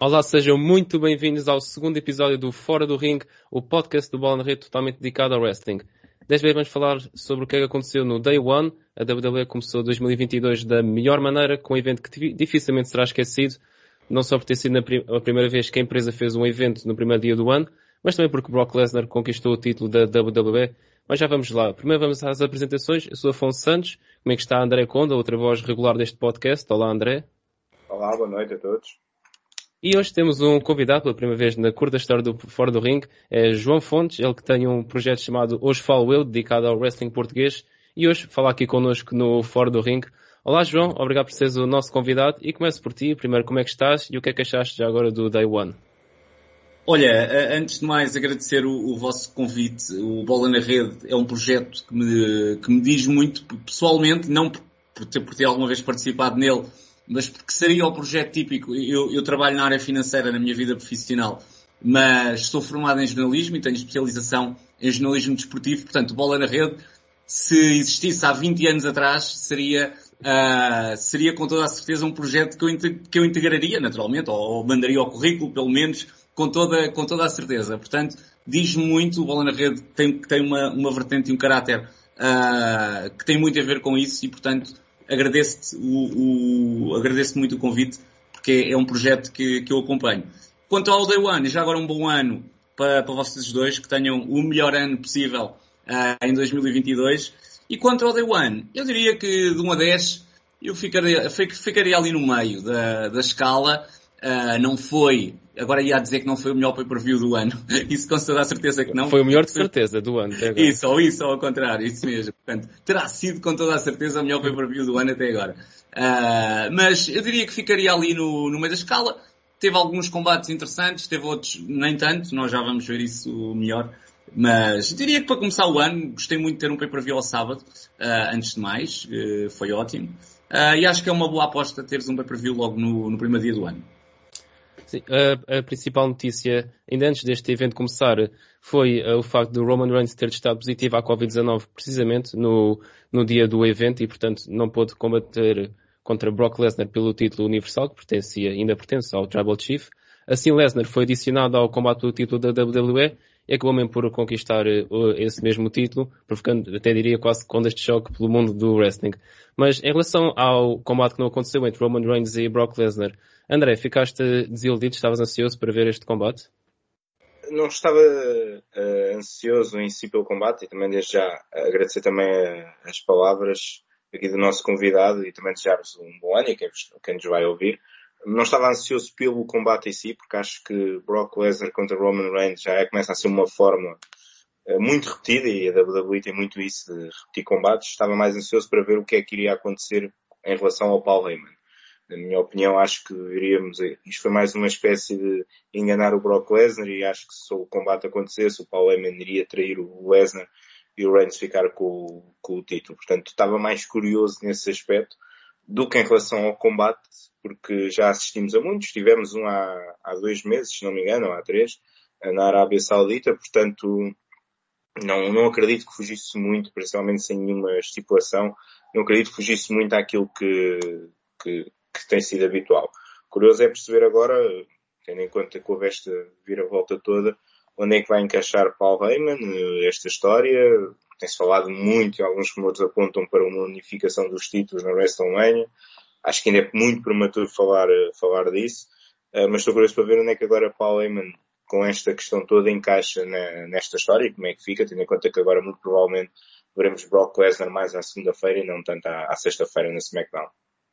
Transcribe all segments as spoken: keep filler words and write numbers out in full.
Olá, sejam muito bem-vindos ao segundo episódio do Fora do Ring, o podcast do Bola na Rede totalmente dedicado ao wrestling. Desta vez vamos falar sobre o que é que aconteceu no Day One. A W W E começou dois mil e vinte e dois da melhor maneira, com um evento que dificilmente será esquecido, não só por ter sido a primeira vez que a empresa fez um evento no primeiro dia do ano, mas também porque Brock Lesnar conquistou o título da W W E. Mas já vamos lá. Primeiro vamos às apresentações. Eu sou Afonso Santos. Como é que está André Conda, outra voz regular deste podcast? Olá, André. Olá, boa noite a todos. E hoje temos um convidado pela primeira vez na curta história do Fora do Ring, é João Fontes, ele que tem um projeto chamado Hoje Falo Eu, dedicado ao wrestling português, e hoje fala aqui connosco no Fora do Ring. Olá João, obrigado por seres o nosso convidado, e começo por ti, primeiro como é que estás e o que é que achaste já agora do Day One? Olha, antes de mais agradecer o, o vosso convite. O Bola na Rede é um projeto que me, que me diz muito pessoalmente, não por ter, por ter alguma vez participado nele, mas porque seria o projeto típico. Eu, eu trabalho na área financeira na minha vida profissional, mas sou formado em jornalismo e tenho especialização em jornalismo desportivo. Portanto, Bola na Rede, se existisse há vinte anos atrás, seria, uh, seria com toda a certeza um projeto que eu, que eu integraria naturalmente, ou, ou mandaria ao currículo, pelo menos, com toda, com toda a certeza. Portanto, diz-me muito, o Bola na Rede tem, tem uma, uma vertente e um caráter uh, que tem muito a ver com isso e, portanto, agradeço-te o, o, agradeço muito o convite, porque é um projeto que, que eu acompanho. Quanto ao Day One, já agora um bom ano para, para vocês dois, que tenham o melhor ano possível uh, em dois mil e vinte e dois. E quanto ao Day One, eu diria que de um a dez, eu ficaria, ficaria ali no meio da, da escala. Uh, não foi, agora ia dizer que não foi o melhor pay-per-view do ano, isso com toda a certeza que não. Foi o melhor de certeza do ano até agora. Isso, ou isso, ou ao contrário, isso mesmo. Portanto, terá sido com toda a certeza o melhor pay-per-view do ano até agora. Uh, mas eu diria que ficaria ali no, no meio da escala. Teve alguns combates interessantes, teve outros nem tanto, nós já vamos ver isso melhor. Mas eu diria que para começar o ano, gostei muito de ter um pay-per-view ao sábado, uh, antes de mais, uh, foi ótimo. Uh, e acho que é uma boa aposta teres um pay-per-view logo no, no primeiro dia do ano. Sim, a, a principal notícia, ainda antes deste evento começar, foi uh, o facto do Roman Reigns ter testado positivo à covid dezanove precisamente no, no dia do evento e, portanto, não pôde combater contra Brock Lesnar pelo título universal, que pertencia, ainda pertence ao Tribal Chief. Assim, Lesnar foi adicionado ao combate do título da W W E e acabou mesmo por conquistar uh, esse mesmo título, provocando, até diria, quase com este choque pelo mundo do wrestling. Mas em relação ao combate que não aconteceu entre Roman Reigns e Brock Lesnar, André, ficaste desiludido? Estavas ansioso para ver este combate? Não estava uh, ansioso em si pelo combate e também desde já agradecer também uh, as palavras aqui do nosso convidado e também desejar-vos um bom ano e quem, quem nos vai ouvir. Não estava ansioso pelo combate em si, porque acho que Brock Lesnar contra Roman Reigns já é, começa a ser uma forma uh, muito repetida e a W W E tem muito isso de repetir combates. Estava mais ansioso para ver o que é que iria acontecer em relação ao Paul Heyman. Na minha opinião, acho que iríamos... Isto foi mais uma espécie de enganar o Brock Lesnar e acho que se o combate acontecesse, o Paul Heyman iria trair o Lesnar e o Reigns ficar com, com o título. Portanto, estava mais curioso nesse aspecto do que em relação ao combate, porque já assistimos a muitos. Tivemos um há, há dois meses, se não me engano, ou há três, na Arábia Saudita. Portanto, não, não acredito que fugisse muito, principalmente sem nenhuma estipulação, não acredito que fugisse muito àquilo que... que que tem sido habitual. Curioso é perceber agora, tendo em conta que houve esta viravolta toda, onde é que vai encaixar Paul Heyman, esta história. Tem-se falado muito e alguns rumores apontam para uma unificação dos títulos na WrestleMania. Acho que ainda é muito prematuro falar, falar disso, mas estou curioso para ver onde é que agora Paul Heyman, com esta questão toda, encaixa na, nesta história e como é que fica, tendo em conta que agora muito provavelmente veremos Brock Lesnar mais à segunda-feira e não tanto à, à sexta-feira na SmackDown.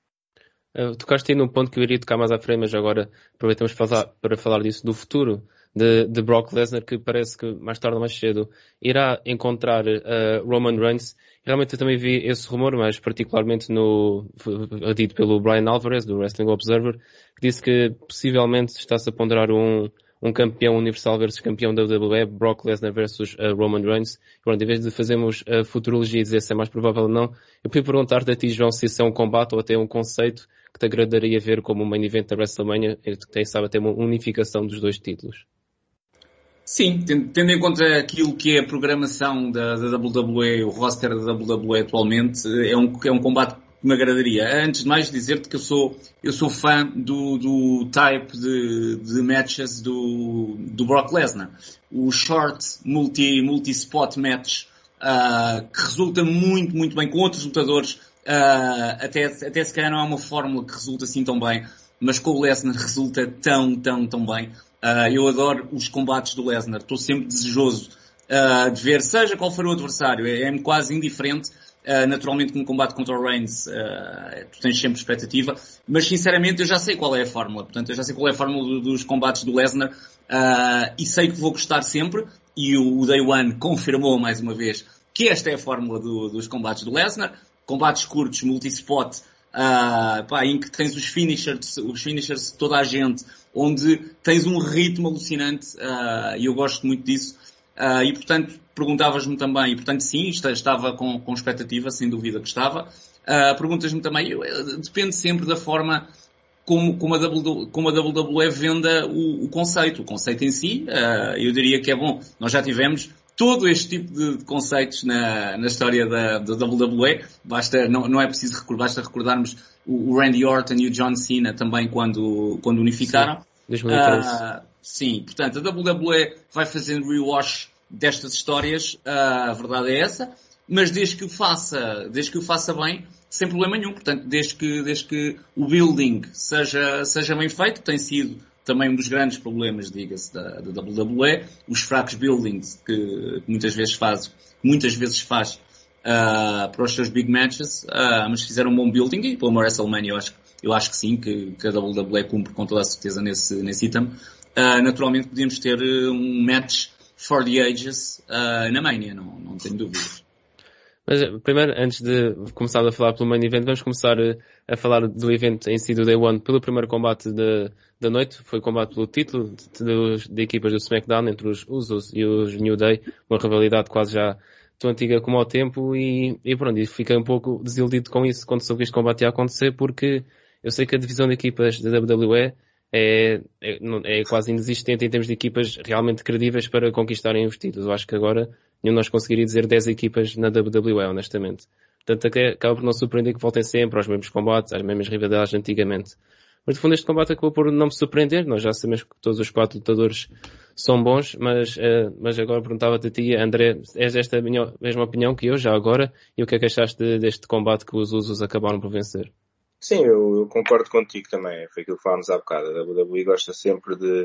Uh, tocaste aí num ponto que eu iria tocar mais à frente, mas agora aproveitamos para falar, para falar disso, do futuro de, de Brock Lesnar, que parece que mais tarde ou mais cedo irá encontrar uh, Roman Reigns. Realmente eu também vi esse rumor, mas particularmente no, dito pelo Brian Alvarez, do Wrestling Observer, que disse que possivelmente está-se a ponderar um, um campeão universal versus campeão da W W E, Brock Lesnar versus uh, Roman Reigns. E, pronto, em vez de fazermos a uh, futurologia e dizer se é mais provável ou não, eu podia perguntar-te a ti, João, se isso é um combate ou até um conceito que te agradaria ver como um main event da WrestleMania, quem sabe até uma unificação dos dois títulos. Sim, tendo em conta aquilo que é a programação da, da W W E, o roster da W W E atualmente, é um, é um combate que me agradaria. Antes de mais dizer-te que eu sou, eu sou fã do, do type de, de matches do, do Brock Lesnar. O short multi, multi-spot match, uh, que resulta muito, muito bem com outros lutadores. Uh, até, até se calhar não é uma fórmula que resulta assim tão bem, mas com o Lesnar resulta tão, tão, tão bem. Uh, eu adoro os combates do Lesnar. Estou sempre desejoso uh, de ver, seja qual for o adversário. É, é quase indiferente. Uh, naturalmente, no combate contra o Reigns, uh, tu tens sempre expectativa. Mas, sinceramente, eu já sei qual é a fórmula. Portanto, eu já sei qual é a fórmula do, dos combates do Lesnar. Uh, e sei que vou gostar sempre. E o, o Day One confirmou, mais uma vez, que esta é a fórmula do, dos combates do Lesnar. Combates curtos, multi-spot, uh, pá, em que tens os finishers, os finishers de toda a gente, onde tens um ritmo alucinante, uh, e eu gosto muito disso. Uh, e, portanto, perguntavas-me também, e, portanto, sim, estava com, com expectativa, sem dúvida que estava. Uh, perguntas-me também, eu, depende sempre da forma como, como, a, w, como a W W E venda o, o conceito. O conceito em si, uh, eu diria que é bom. Nós já tivemos todo este tipo de, de conceitos na, na história da, da W W E. Basta, não, não é preciso recordar, basta recordarmos o, o Randy Orton e o John Cena também quando, quando unificaram. Sim, dois mil e treze. Uh, sim, portanto, a W W E vai fazendo rewash destas histórias, uh, a verdade é essa, mas desde que o faça, desde que o faça bem, sem problema nenhum. Portanto, desde que, desde que o building seja, seja bem feito, tem sido também um dos grandes problemas, diga-se, da, da W W E, os fracos buildings que, que muitas vezes faz, muitas vezes faz uh, para os seus big matches, uh, mas fizeram um bom building e para uma WrestleMania eu acho, eu acho que sim, que, que a W W E cumpre com toda a certeza nesse, nesse item. Uh, naturalmente podíamos ter um match for the ages uh, na Mania, não, não tenho dúvidas. Mas primeiro, antes de começar a falar pelo main event, vamos começar a falar do evento em si do Day One pelo primeiro combate de, da noite. Foi o combate pelo título de, de, de equipas do SmackDown entre os Usos e os New Day. Uma rivalidade quase já tão antiga como ao tempo e, e pronto, e fiquei um pouco desiludido com isso quando soube que este combate ia acontecer, porque eu sei que a divisão de equipas da W W E é, é, é quase inexistente em termos de equipas realmente credíveis para conquistarem os títulos. Eu acho que agora nenhum de nós conseguiria dizer dez equipas na W W E, honestamente. Portanto, acaba por não surpreender que voltem sempre aos mesmos combates, às mesmas rivalidades antigamente. Mas, de fundo, este combate acabou por não me surpreender. Nós já sabemos que todos os quatro lutadores são bons, mas, uh, mas agora perguntava-te a ti, André, és desta minha mesma opinião que eu, já agora, e o que é que achaste deste combate que os Usos acabaram por vencer? Sim, eu, eu concordo contigo também. Foi aquilo que falámos há bocado. A W W E gosta sempre de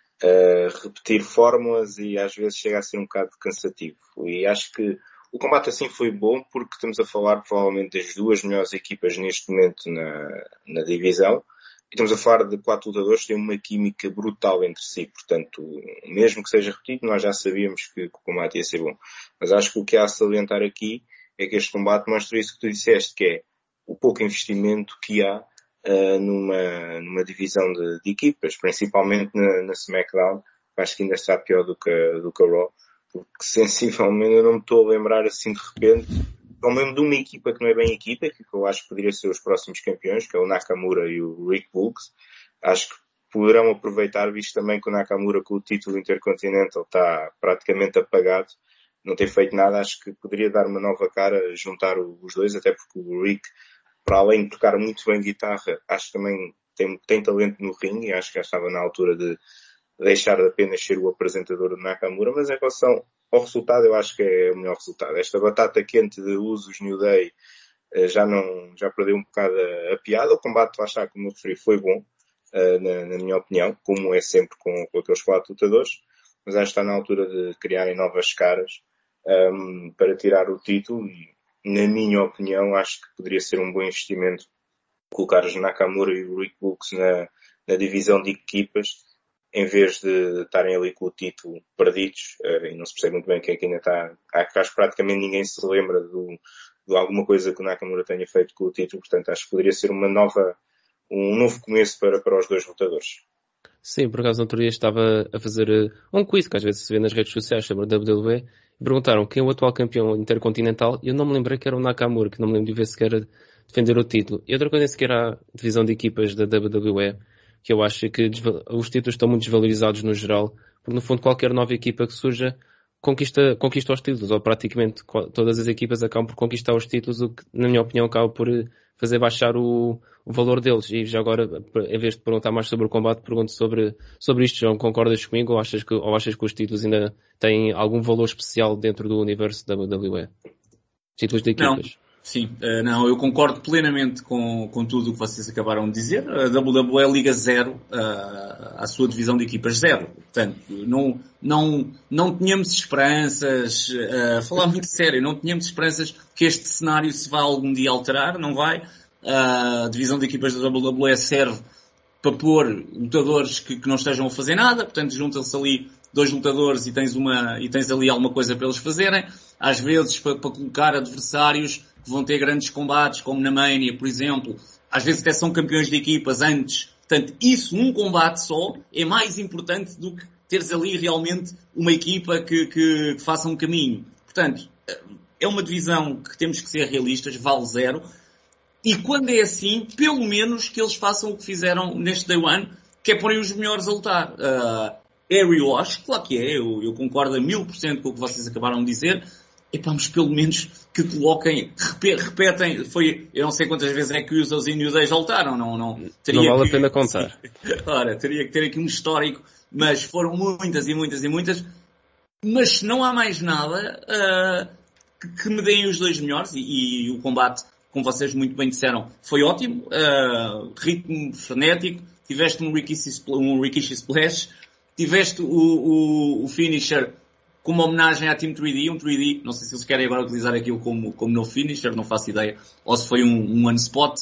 Uh, repetir fórmulas e às vezes chega a ser um bocado cansativo. E acho que o combate assim foi bom porque estamos a falar provavelmente das duas melhores equipas neste momento na, na divisão e estamos a falar de quatro lutadores que têm uma química brutal entre si. Portanto, mesmo que seja repetido, nós já sabíamos que, que o combate ia ser bom. Mas acho que o que há a salientar aqui é que este combate mostra isso que tu disseste, que é o pouco investimento que há Uh, numa, numa divisão de, de equipas, principalmente na, na SmackDown. Acho que ainda está pior do que, do que a Raw, porque sensivelmente eu não me estou a lembrar assim de repente, ao mesmo de uma equipa que não é bem equipa, que eu acho que poderia ser os próximos campeões, que é o Nakamura e o Rick Books. Acho que poderão aproveitar, visto também que o Nakamura com o título Intercontinental está praticamente apagado, não tem feito nada. Acho que poderia dar uma nova cara, juntar os dois, até porque o Rick, para além de tocar muito bem guitarra, acho que também tem, tem talento no ringue, e acho que já estava na altura de deixar de apenas ser o apresentador do Nakamura, mas em relação ao resultado, eu acho que é o melhor resultado. Esta batata quente de Usos New Day já não, já perdeu um bocado a, a piada. O combate, lá está, como eu referi, foi bom, na, na minha opinião, como é sempre com, com aqueles quatro lutadores, mas acho que está na altura de criarem novas caras um, para tirar o título e, na minha opinião, acho que poderia ser um bom investimento colocar os Nakamura e o Rick Books na, na divisão de equipas, em vez de estarem ali com o título perdidos, uh, e não se percebe muito bem quem é que ainda está. Acho que praticamente ninguém se lembra do, de alguma coisa que o Nakamura tenha feito com o título, portanto acho que poderia ser uma nova, um novo começo para, para os dois lutadores. Sim, por acaso, no outro dia estava a fazer uh, um quiz que às vezes se vê nas redes sociais sobre a W W E e perguntaram quem é o atual campeão intercontinental e eu não me lembrei que era o Nakamura, que não me lembro de ver sequer a defender o título. E outra coisa sequer a divisão de equipas da W W E, que eu acho que os títulos estão muito desvalorizados no geral, porque no fundo qualquer nova equipa que surja conquista, conquista os títulos, ou praticamente todas as equipas acabam por conquistar os títulos, o que, na minha opinião, acaba por fazer baixar o, o valor deles. E já agora, em vez de perguntar mais sobre o combate, pergunto sobre, sobre isto, João. Concordas comigo ou achas, que, ou achas que os títulos ainda têm algum valor especial dentro do universo da W W E? Títulos de equipas? Não. Sim, uh, não, eu concordo plenamente com, com tudo o que vocês acabaram de dizer. A W W E liga zero uh, à sua divisão de equipas, zero. Portanto, não, não, não tínhamos esperanças, uh, falar muito sério, não tínhamos esperanças que este cenário se vá algum dia alterar, não vai. Uh, a divisão de equipas da W W E serve para pôr lutadores que, que não estejam a fazer nada, portanto juntam-se ali dois lutadores e tens, uma, e tens ali alguma coisa para eles fazerem. Às vezes para, para colocar adversários que vão ter grandes combates, como na Mania, por exemplo. Às vezes até são campeões de equipas antes. Portanto, isso, um combate só, é mais importante do que teres ali realmente uma equipa que, que, que faça um caminho. Portanto, é uma divisão que temos que ser realistas, vale zero. E quando é assim, pelo menos que eles façam o que fizeram neste Day One, que é porem os melhores a lutar. Uh, é rewash, claro que é, eu, eu concordo a mil por cento com o que vocês acabaram de dizer. Epá, mas pelo menos que coloquem, repetem, foi, eu não sei quantas vezes é que os Usos e New Day já lutaram, não, não, teria não vale que, a pena contar. Ora, teria que ter aqui um histórico, mas foram muitas e muitas e muitas, mas se não há mais nada, uh, que, que me deem os dois melhores, e, e o combate, como vocês muito bem disseram, foi ótimo, uh, ritmo frenético, tiveste um Rikishi, um Rikishi Splash, tiveste o, o, o finisher, como homenagem à Team três D, um três D, não sei se eles querem agora utilizar aquilo como, como no finisher, não faço ideia, ou se foi um, um one spot,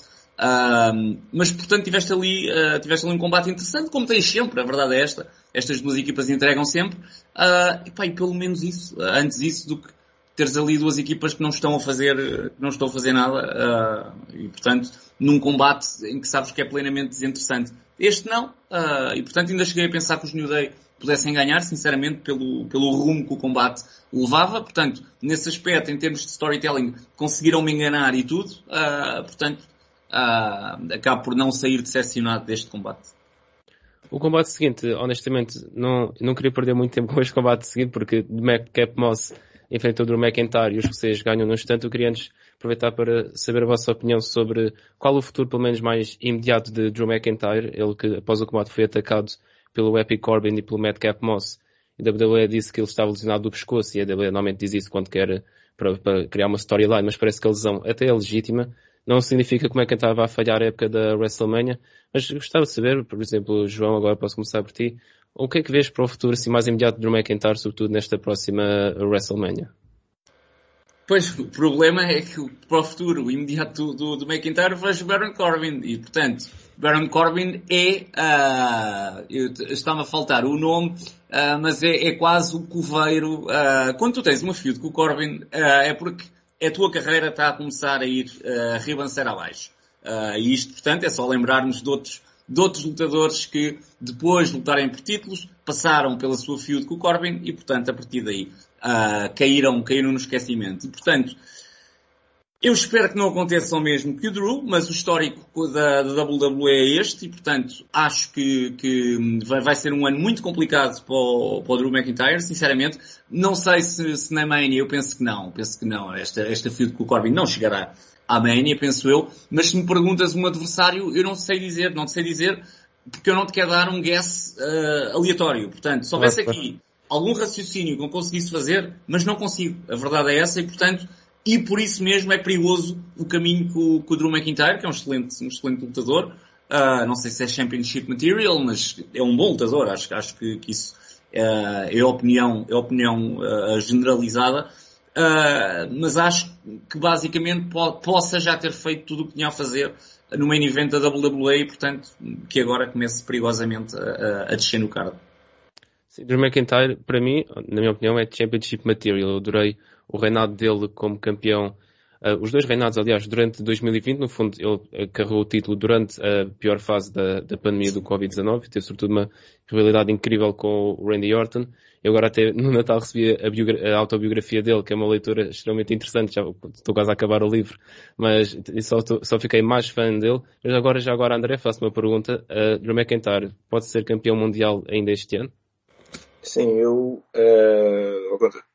uh, mas portanto tiveste ali, uh, tiveste ali um combate interessante, como tens sempre, a verdade é esta, estas duas equipas entregam sempre, uh, e pá, e pelo menos isso, uh, antes disso do que teres ali duas equipas que não estão a fazer, que não estão a fazer nada, uh, e portanto, num combate em que sabes que é plenamente desinteressante. Este não, uh, e portanto ainda cheguei a pensar que os New Day pudessem ganhar, sinceramente, pelo, pelo rumo que o combate levava. Portanto, nesse aspecto, em termos de storytelling, conseguiram-me enganar e tudo. Uh, portanto, uh, acabo por não sair decepcionado deste combate. O combate seguinte, honestamente, não, não queria perder muito tempo com este combate seguinte, porque Cap Moss enfrentou o Drew McIntyre e os escoceses ganham no instante. Eu queria antes aproveitar para saber a vossa opinião sobre qual o futuro, pelo menos mais imediato, de Drew McIntyre. Ele que, após o combate, foi atacado pelo Happy Corbin e pelo Madcap Moss. E a W W E disse que ele estava lesionado do pescoço, e a W W E normalmente diz isso quando quer para, para criar uma storyline, mas parece que a lesão até é legítima. Não significa como é que estava a falhar a época da WrestleMania, mas gostava de saber, por exemplo, João, agora posso começar por ti, o que é que vês para o futuro assim, mais imediato de Drew McIntyre, sobretudo nesta próxima WrestleMania? Pois, o problema é que para o futuro, o imediato do, do, do McIntyre, vejo Baron Corbin, e portanto, Baron Corbin é, uh, está-me a faltar o nome, uh, mas é, é quase o coveiro. Uh, quando tu tens uma feud com o Corbin, uh, é porque a tua carreira está a começar a ir uh, ribanceira abaixo. Uh, e isto, portanto, é só lembrarmos de outros, de outros lutadores que, depois de lutarem por títulos, passaram pela sua feud com o Corbin e, portanto, a partir daí, uh, caíram, caíram no esquecimento. E, portanto, eu espero que não aconteça o mesmo que o Drew, mas o histórico da, da W W E é este e, portanto, acho que, que vai, vai ser um ano muito complicado para o, para o Drew McIntyre, sinceramente. Não sei se, se na Mania, eu penso que não, penso que não. Esta, esta feud com o Corbin não chegará à Mania, penso eu, mas se me perguntas um adversário, eu não sei dizer, não te sei dizer, porque eu não te quero dar um guess uh, aleatório. Portanto, se houvesse aqui algum raciocínio que eu conseguisse fazer, mas não consigo. A verdade é essa e, portanto, e por isso mesmo é perigoso o caminho com, com o Drew McIntyre, que é um excelente, um excelente lutador. Uh, não sei se é Championship Material, mas é um bom lutador. Acho, acho que, que isso uh, é a opinião, é a opinião uh, generalizada. Uh, mas acho que basicamente po- possa já ter feito tudo o que tinha a fazer no main event da W W E e, portanto, que agora comece perigosamente a, a descer no card. Sim, Drew McIntyre, para mim, na minha opinião, é Championship Material. Eu adorei o reinado dele como campeão. Uh, os dois reinados, aliás, durante dois mil e vinte, no fundo, ele carregou o título durante a pior fase da, da pandemia do covid dezanove. Teve, sobretudo, uma rivalidade incrível com o Randy Orton. Eu agora até no Natal recebi a, biogra- a autobiografia dele, que é uma leitura extremamente interessante. Já estou quase a acabar o livro, mas só, só fiquei mais fã dele. Mas agora, já agora, André, faço uma pergunta. Uh, Drew McIntyre pode ser campeão mundial ainda este ano? Sim, eu, uh,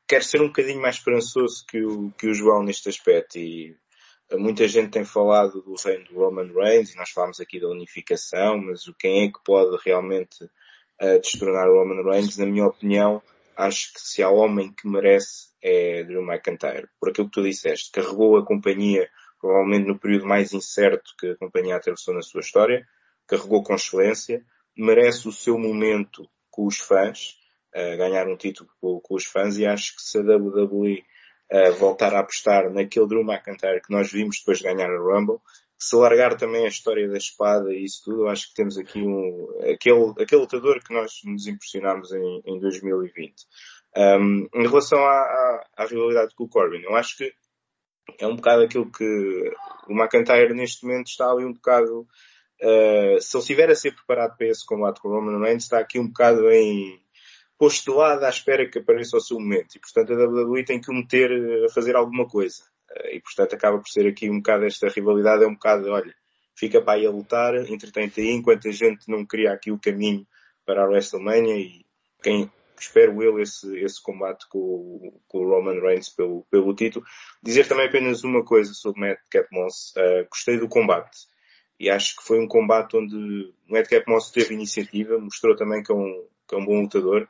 quero ser um bocadinho mais esperançoso que o, que o João neste aspecto, e muita gente tem falado do reino do Roman Reigns, e nós falámos aqui da unificação, mas quem é que pode realmente uh, destronar o Roman Reigns? Na minha opinião, acho que se há homem que merece é Drew McIntyre. Por aquilo que tu disseste, carregou a companhia provavelmente no período mais incerto que a companhia atravessou na sua história, carregou com excelência, merece o seu momento com os fãs, uh, ganhar um título com, com os fãs, e acho que se a W W E uh, voltar a apostar naquele Drew McIntyre que nós vimos depois de ganhar a Rumble, se largar também a história da espada e isso tudo, eu acho que temos aqui um, aquele, aquele lutador que nós nos impressionámos em, em dois mil e vinte. Um, em relação à, à, à rivalidade com o Corbin, eu acho que é um bocado aquilo que o McIntyre neste momento está ali um bocado, uh, se ele estiver a ser preparado para esse combate com o Roman Reigns, está aqui um bocado em posto de lado à espera que apareça o seu momento, e portanto a W W E tem que o meter a fazer alguma coisa, uh, e portanto acaba por ser aqui um bocado esta rivalidade, é um bocado, olha, fica para aí a lutar, entretém-te aí, enquanto a gente não cria aqui o caminho para a WrestleMania, e quem... espero eu esse, esse combate com, com o Roman Reigns pelo, pelo título. Dizer também apenas uma coisa sobre Madcap Moss. Uh, gostei do combate. E acho que foi um combate onde Madcap Moss teve iniciativa, mostrou também que é um, que é um bom lutador.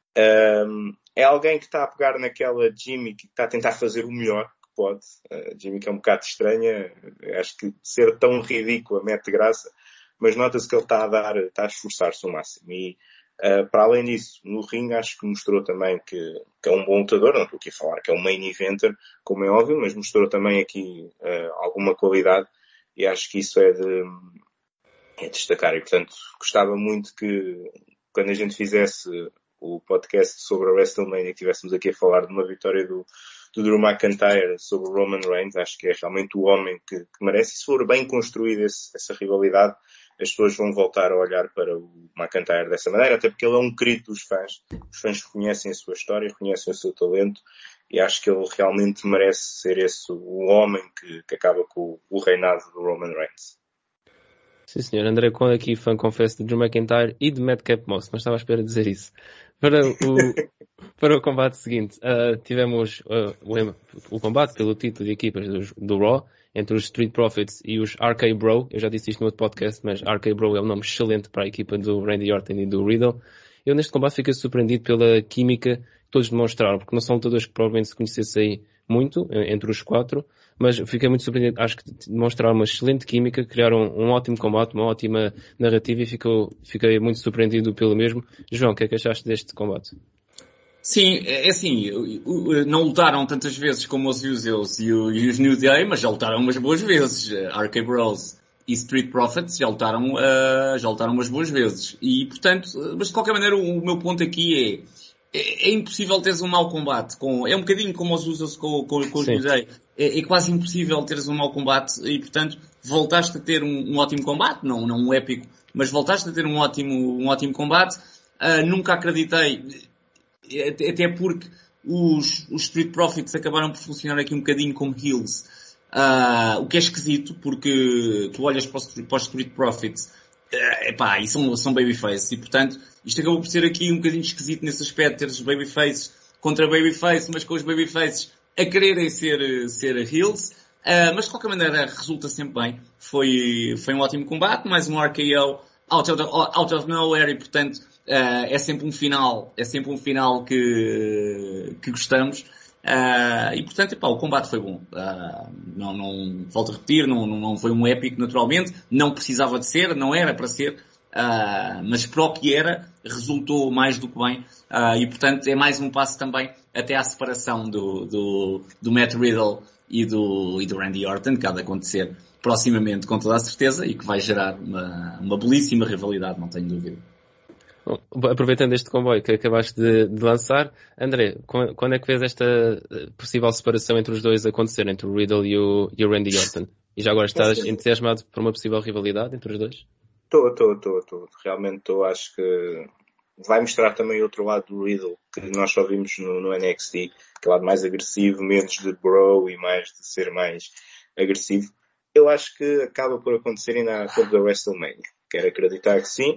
Um, é alguém que está a pegar naquela Jimmy, que está a tentar fazer o melhor que pode. Uh, Jimmy que é um bocado estranha. Acho que ser tão ridícula mete graça. Mas nota-se que ele está a dar, está a esforçar-se ao máximo. E Uh, para além disso, no ringue acho que mostrou também que, que é um bom lutador, não estou aqui a falar que é um main eventer, como é óbvio, mas mostrou também aqui uh, alguma qualidade, e acho que isso é de, é de destacar. E portanto gostava muito que quando a gente fizesse o podcast sobre a WrestleMania, que estivéssemos aqui a falar de uma vitória do, do Drew McIntyre sobre o Roman Reigns. Acho que é realmente o homem que, que merece, e se for bem construída essa rivalidade, as pessoas vão voltar a olhar para o McIntyre dessa maneira, até porque ele é um querido dos fãs. Os fãs reconhecem a sua história, reconhecem o seu talento, e acho que ele realmente merece ser esse o homem que, que acaba com o, o reinado do Roman Reigns. Sim, senhor. André Conde aqui, fã, confesso, de Drew McIntyre e de Madcap Moss. Não estava à espera de dizer isso. Para o, para o combate seguinte, uh, tivemos uh, o, o combate pelo título de equipas do, do Raw, entre os Street Profits e os R K Bro. Eu já disse isto no outro podcast, mas R K Bro é um nome excelente para a equipa do Randy Orton e do Riddle. Eu neste combate fiquei surpreendido pela química que todos demonstraram, porque não são lutadores que provavelmente se conhecessem muito entre os quatro, mas fiquei muito surpreendido. Acho que demonstraram uma excelente química, criaram um ótimo combate, uma ótima narrativa, e ficou, fiquei muito surpreendido pelo mesmo. João, o que é que achaste deste combate? Sim, é assim, não lutaram tantas vezes como os Usos e os New Day, mas já lutaram umas boas vezes. R K Bros e Street Profits já lutaram, uh, já lutaram umas boas vezes. E, portanto, mas de qualquer maneira o meu ponto aqui é, é, é impossível teres um mau combate. Com, é um bocadinho como os Usos com, com, com os New Day. É, é quase impossível teres um mau combate e, portanto, voltaste a ter um, um ótimo combate, não, não um épico, mas voltaste a ter um ótimo, um ótimo combate. Uh, nunca acreditei... Até porque os, os Street Profits acabaram por funcionar aqui um bocadinho como heels. Uh, o que é esquisito, porque tu olhas para os, para os Street Profits, uh, epá, e são, são babyface. E portanto, isto acabou por ser aqui um bocadinho esquisito nesse aspecto, ter os babyfaces contra babyface, mas com os babyfaces a quererem ser, ser heels. Uh, mas de qualquer maneira resulta sempre bem. Foi, foi um ótimo combate, mais um R K O out of, out of nowhere, e portanto, Uh, é sempre um final, é sempre um final que, que gostamos, uh, e portanto, epá, o combate foi bom. Uh, não, não, volto a repetir, não, não, não foi um épico naturalmente, não precisava de ser, não era para ser, uh, mas para o que era, resultou mais do que bem, uh, e portanto é mais um passo também até à separação do, do, do Matt Riddle e do, e do Randy Orton, que há de acontecer proximamente com toda a certeza, e que vai gerar uma, uma belíssima rivalidade, não tenho dúvida. Bom, aproveitando este comboio que acabaste de, de lançar, André, quando é que vês esta possível separação entre os dois acontecer, entre o Riddle e o, e o Randy Orton? E já agora estás entusiasmado por uma possível rivalidade entre os dois? Estou, estou, estou, estou. Realmente estou. Acho que vai mostrar também outro lado do Riddle, que nós só vimos no, no N X T, que é o lado mais agressivo, menos de bro e mais de ser mais agressivo. Eu acho que acaba por acontecer ainda à conta da WrestleMania. Quero acreditar que sim.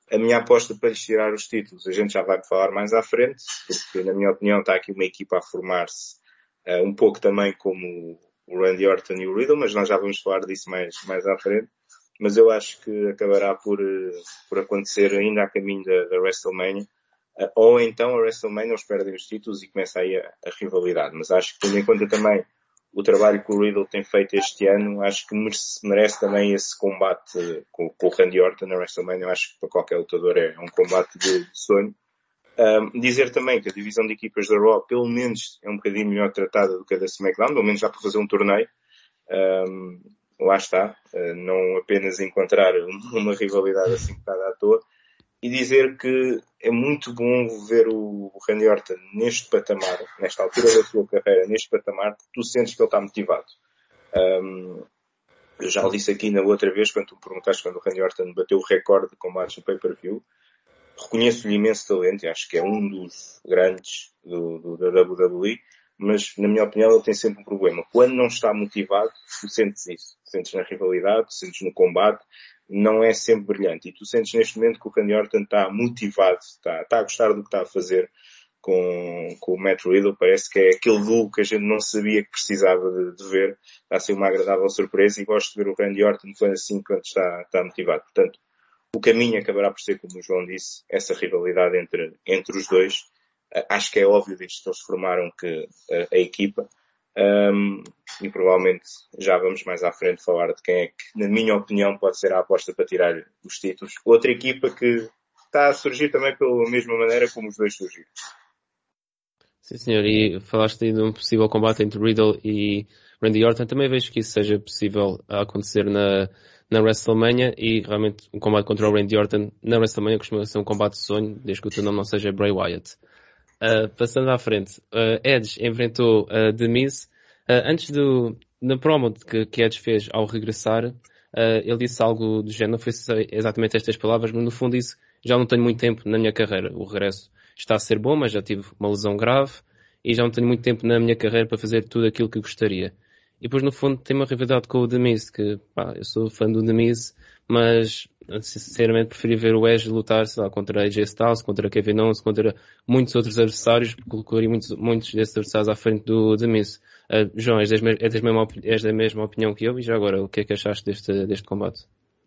A minha aposta para lhes tirar os títulos, a gente já vai falar mais à frente, porque na minha opinião está aqui uma equipa a formar-se, uh, um pouco também como o Randy Orton e o Riddle, mas nós já vamos falar disso mais, mais à frente. Mas eu acho que acabará por, uh, por acontecer ainda a caminho da, da WrestleMania, uh, ou então a WrestleMania eles perdem os títulos e começa aí a, a rivalidade. Mas acho que tendo em conta também o trabalho que o Riddle tem feito este ano, acho que merece, merece também esse combate com, com o Randy Orton na WrestleMania. Eu acho que para qualquer lutador é um combate de, de sonho. Um, dizer também que a divisão de equipas da Raw, pelo menos, é um bocadinho melhor tratada do que a da SmackDown, pelo menos já para fazer um torneio. Um, lá está, uh, não apenas encontrar uma rivalidade assim um bocado à toa. E dizer que é muito bom ver o Randy Orton neste patamar, nesta altura da sua carreira, neste patamar, porque tu sentes que ele está motivado. Um, eu já o disse aqui na outra vez, quando tu perguntaste quando o Randy Orton bateu o recorde de combates no pay-per-view. Reconheço-lhe imenso talento, e acho que é um dos grandes do, do, da W W E, mas na minha opinião ele tem sempre um problema. Quando não está motivado, tu sentes isso. Sentes na rivalidade, sentes no combate, não é sempre brilhante. E tu sentes neste momento que o Randy Orton está motivado, está, está a gostar do que está a fazer com, com o Matt Riddle. Parece que é aquele duo que a gente não sabia que precisava de, de ver. Está a ser uma agradável surpresa e gosto de ver o Randy Orton quando assim, quando está, está motivado. Portanto, o caminho acabará por ser, como o João disse, essa rivalidade entre, entre os dois. Uh, acho que é óbvio desde que eles formaram que, uh, a equipa. Um, e provavelmente já vamos mais à frente falar de quem é que, na minha opinião, pode ser a aposta para tirar os títulos. Outra equipa que está a surgir também pela mesma maneira como os dois surgiram. Sim, senhor. E falaste aí de um possível combate entre Riddle e Randy Orton. Também vejo que isso seja possível a acontecer na, na WrestleMania, e realmente um combate contra o Randy Orton na WrestleMania costuma ser um combate de sonho, desde que o teu nome não seja Bray Wyatt. Uh, passando à frente, uh, Edge enfrentou uh, The Miz. Uh, antes do, na promo que, que Edge fez ao regressar, uh, ele disse algo do género, não foi exatamente estas palavras, mas no fundo disse: já não tenho muito tempo na minha carreira, o regresso está a ser bom, mas já tive uma lesão grave e já não tenho muito tempo na minha carreira para fazer tudo aquilo que gostaria. E depois no fundo tem uma rivalidade com o The Miz, que pá, eu sou fã do The Miz, mas sinceramente preferi ver o Edge lutar, sei lá, contra A J Styles, contra Kevin Owens, contra muitos outros adversários, colocaria muitos, muitos desses adversários à frente do The Miz. Uh, João, és, das, és, das mesma, és da mesma opinião que eu, e já agora, o que é que achaste deste, deste combate?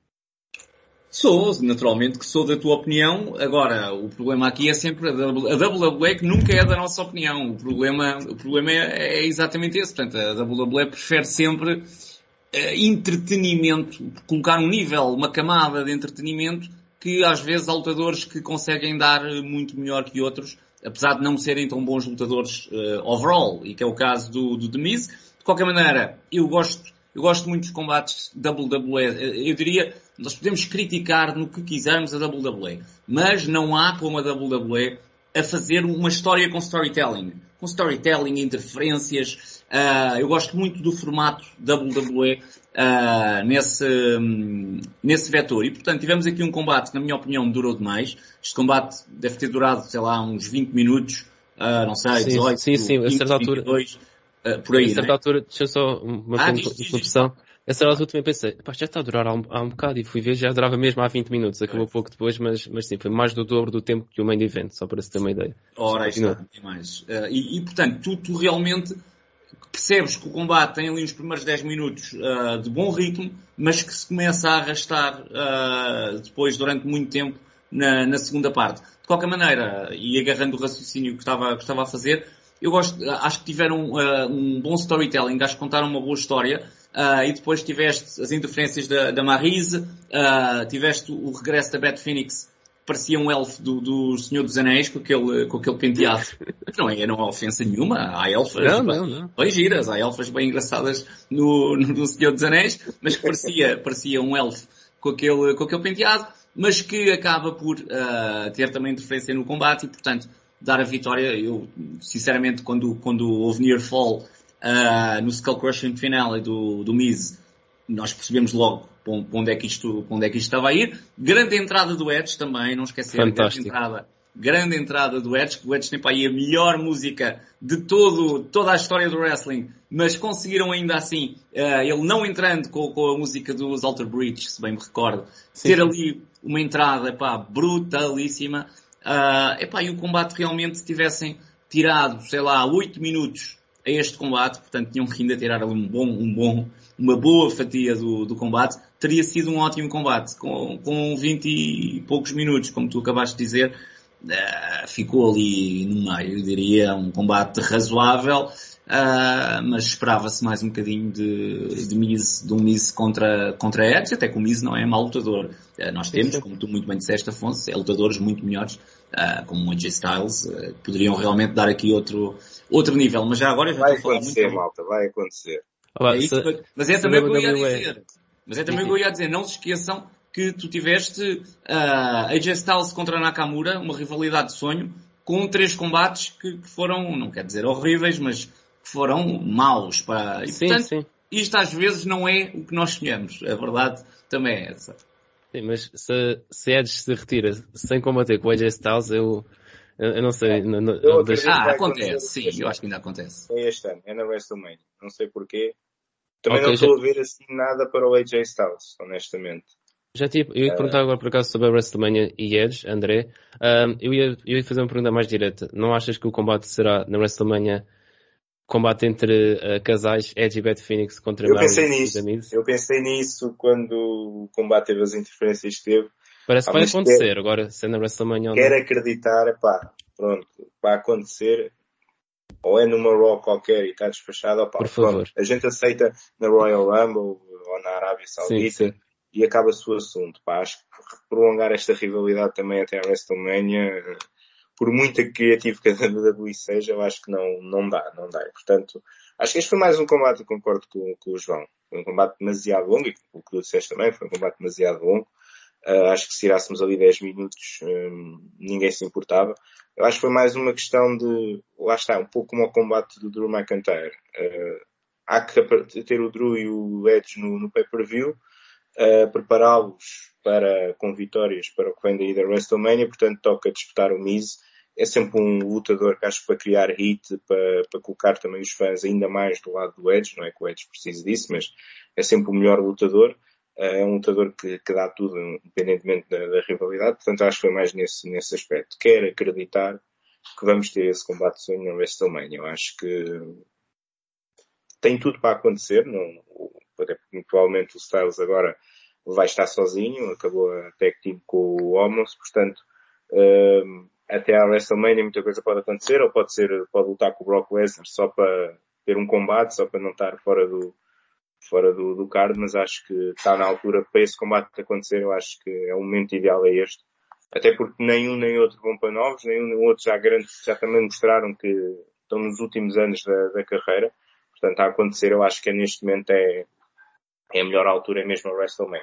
Sou, naturalmente que sou da tua opinião. Agora, o problema aqui é sempre a W W E, que nunca é da nossa opinião. O problema, o problema é, é exatamente esse. Portanto, a W W E prefere sempre Uh, entretenimento, colocar um nível, uma camada de entretenimento que às vezes há lutadores que conseguem dar muito melhor que outros, apesar de não serem tão bons lutadores uh, overall, e que é o caso do, do The Miz. De qualquer maneira, eu gosto, eu gosto muito dos combates W W E. Eu diria, nós podemos criticar no que quisermos a W W E, mas não há como a W W E a fazer uma história com storytelling. Com storytelling, interferências. Uh, eu gosto muito do formato W W E uh, nesse, um, nesse vetor. E, portanto, tivemos aqui um combate que, na minha opinião, durou demais. Este combate deve ter durado, sei lá, uns vinte minutos. Uh, não sei, sim, dezoito, sim, sim, a certa altura. vinte e dois, uh, por aí, a certa não é? altura, deixa eu só uma ah, interrupção. A certa altura também pensei, pá, já está a durar há um, há um bocado, e fui ver, já durava mesmo há vinte minutos, acabou é. pouco depois, mas, mas sim, foi mais do dobro do tempo que o main event, só para se ter uma ideia. Ora, aí está, tem mais. Uh, e, e, portanto, tu, tu realmente percebes que o combate tem ali os primeiros dez minutos uh, de bom ritmo, mas que se começa a arrastar uh, depois, durante muito tempo, na, na segunda parte. De qualquer maneira, e agarrando o raciocínio que estava, que estava a fazer, eu gosto, acho que tiveram uh, um bom storytelling, acho que contaram uma boa história. Uh, e depois tiveste as interferências da, da Maryse, uh, tiveste o regresso da Beth Phoenix, que parecia um elfo do, do Senhor dos Anéis, com aquele, com aquele penteado. Não é, não é ofensa nenhuma, há elfas não, bem, não, não. bem giras, há elfas bem engraçadas no, no, no Senhor dos Anéis, mas que parecia, parecia um elfo com aquele, com aquele penteado, mas que acaba por uh, ter também interferência no combate e, portanto, dar a vitória. Eu, sinceramente, quando, quando houve Near Fall, Uh, no Skull Crushing Finale do, do Miz, nós percebemos logo para onde é que isto, para onde é que isto estava a ir. Grande entrada do Edge também, não esquecer, grande entrada grande entrada do Edge, que o Edge tem para aí a melhor música de todo, toda a história do wrestling, mas conseguiram ainda assim, uh, ele não entrando com, com a música dos Alter Bridge, se bem me recordo, sim, ter sim. ali uma entrada, epá, brutalíssima, uh, epá, e o combate realmente se tivessem tirado, sei lá, oito minutos a este combate, portanto tinham que ainda tirar ali um bom, um bom, uma boa fatia do, do combate, teria sido um ótimo combate, com, com vinte e poucos minutos, como tu acabaste de dizer, uh, ficou ali no meio, eu diria, um combate razoável, uh, mas esperava-se mais um bocadinho de, de Miz, de um Miz contra, contra Edge, até que o Miz não é mau lutador. Uh, nós temos, como tu muito bem disseste, Afonso, é lutadores muito melhores, uh, como o A J Styles, uh, poderiam realmente dar aqui outro, outro nível, mas já agora eu já vai estou a falar muito... Vai acontecer, malta, vai acontecer. É isso, mas é também o que eu ia dizer. Mas é também o que eu ia dizer. Não se esqueçam que tu tiveste uh, A J Styles contra Nakamura, uma rivalidade de sonho, com três combates que, que foram, não quero dizer horríveis, mas que foram maus. Pá. E, sim, portanto, sim. Isto às vezes não é o que nós sonhamos. A verdade também é essa. Sim, mas se, se Edge se retira sem combater com o A J Styles, eu... Eu, eu não sei. Não, não, eu deixo... Ah, acontece, sim, eu acho que ainda acontece. É este ano, é na WrestleMania. Não sei porquê. Também okay, não estou já... a ver assim nada para o A J Styles, honestamente. Já tinha, eu ia te perguntar agora por acaso sobre a WrestleMania e Edge, André. Um, eu, ia, eu ia fazer uma pergunta mais direta. Não achas que o combate será na WrestleMania combate entre uh, casais Edge e Beth Phoenix contra eu Mary pensei e nisso. The Miz? Eu pensei nisso quando o combate teve as interferências que teve. Parece que ah, vai acontecer quer, agora, se é na WrestleMania ou não. Quero não. acreditar, pá, pronto, vai acontecer. Ou é numa Raw qualquer e está despachado, opa, por favor. Pronto, a gente aceita na Royal Rumble ou na Arábia Saudita sim, sim. e acaba-se o assunto. Pá, acho que prolongar esta rivalidade também até a WrestleMania, por muita criativa que a W W E seja, eu acho que não, não dá, não dá. E, portanto, acho que este foi mais um combate, concordo com, com o João. Foi um combate demasiado longo, e o que tu disseste também, foi um combate demasiado longo. Uh, acho que se tirássemos ali dez minutos, um, ninguém se importava. Eu acho que foi mais uma questão de, lá está, um pouco como o combate do Drew McIntyre. Uh, há que ter o Drew e o Edge no, no pay-per-view, uh, prepará-los para, com vitórias para o que vem daí da WrestleMania, portanto toca disputar o Miz. É sempre um lutador que acho que para criar hit, para, para colocar também os fãs ainda mais do lado do Edge, não é que o Edge precise disso, mas é sempre o melhor lutador. É um lutador que, que dá tudo, independentemente da, da rivalidade. Portanto, acho que foi mais nesse, nesse aspecto. Quero acreditar que vamos ter esse combate de sonho na WrestleMania. Eu acho que tem tudo para acontecer. Não, até porque, provavelmente, o Styles agora vai estar sozinho. Acabou a tag team com o Omos. Portanto, um, até à WrestleMania muita coisa pode acontecer. Ou pode ser, pode lutar com o Brock Lesnar só para ter um combate, só para não estar fora do fora do, do card, mas acho que está na altura para esse combate acontecer. Eu acho que é o momento ideal é este, até porque nenhum nem outro vão para novos, nenhum nem outro já grandes, já também mostraram que estão nos últimos anos da, da carreira. Portanto, a acontecer, eu acho que neste momento é, é a melhor altura, é mesmo a WrestleMania.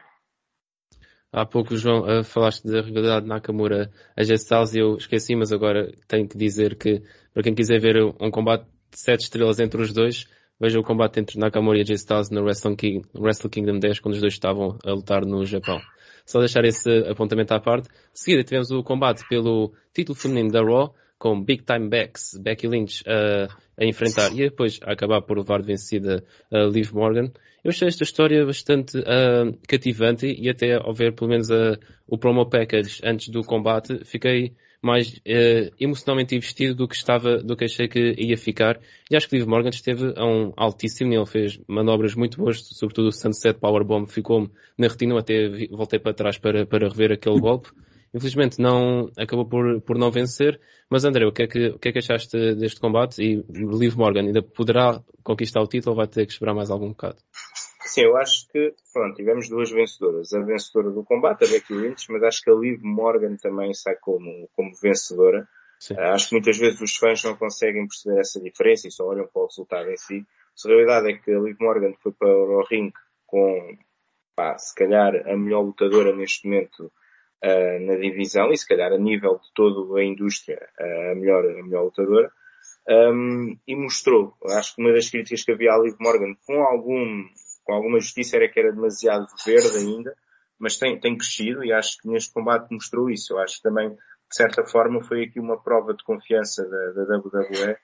Há pouco, João, uh, falaste da rivalidade Nakamura a J Styles e eu esqueci, mas agora tenho que dizer que para quem quiser ver um combate de sete estrelas entre os dois, veja o combate entre Nakamura e A J Styles no Wrestle, King, Wrestle Kingdom dez, quando os dois estavam a lutar no Japão. Só deixar esse apontamento à parte. De seguida tivemos o combate pelo título feminino da Raw, com Big Time Becks, Becky Lynch, uh, a enfrentar e depois a acabar por levar de vencida a uh, Liv Morgan. Eu achei esta história bastante uh, cativante e até ao ver pelo menos uh, o promo package antes do combate, fiquei mais uh, emocionalmente investido do que estava, do que achei que ia ficar. E acho que Liv Morgan esteve a um altíssimo nível, fez manobras muito boas, sobretudo o Sunset Powerbomb ficou-me na retina, até vi, voltei para trás para, para rever aquele golpe. Infelizmente não, acabou por, por não vencer, mas André, o que é que, o que é que achaste deste combate? E Liv Morgan ainda poderá conquistar o título ou vai ter que esperar mais algum bocado? Sim, eu acho que, pronto, tivemos duas vencedoras. A vencedora do combate, a Becky Lynch, mas acho que a Liv Morgan também sai como, como vencedora. Uh, acho que muitas vezes os fãs não conseguem perceber essa diferença e só olham para o resultado em si. A realidade é que a Liv Morgan foi para o ringue com, pá, se calhar a melhor lutadora neste momento uh, na divisão e se calhar a nível de toda a indústria uh, a, melhor, a melhor lutadora. Um, e mostrou, acho que uma das críticas que havia à Liv Morgan com algum com alguma justiça era que era demasiado verde ainda, mas tem, tem crescido e acho que neste combate mostrou isso. Eu acho que também de certa forma foi aqui uma prova de confiança da, da W W E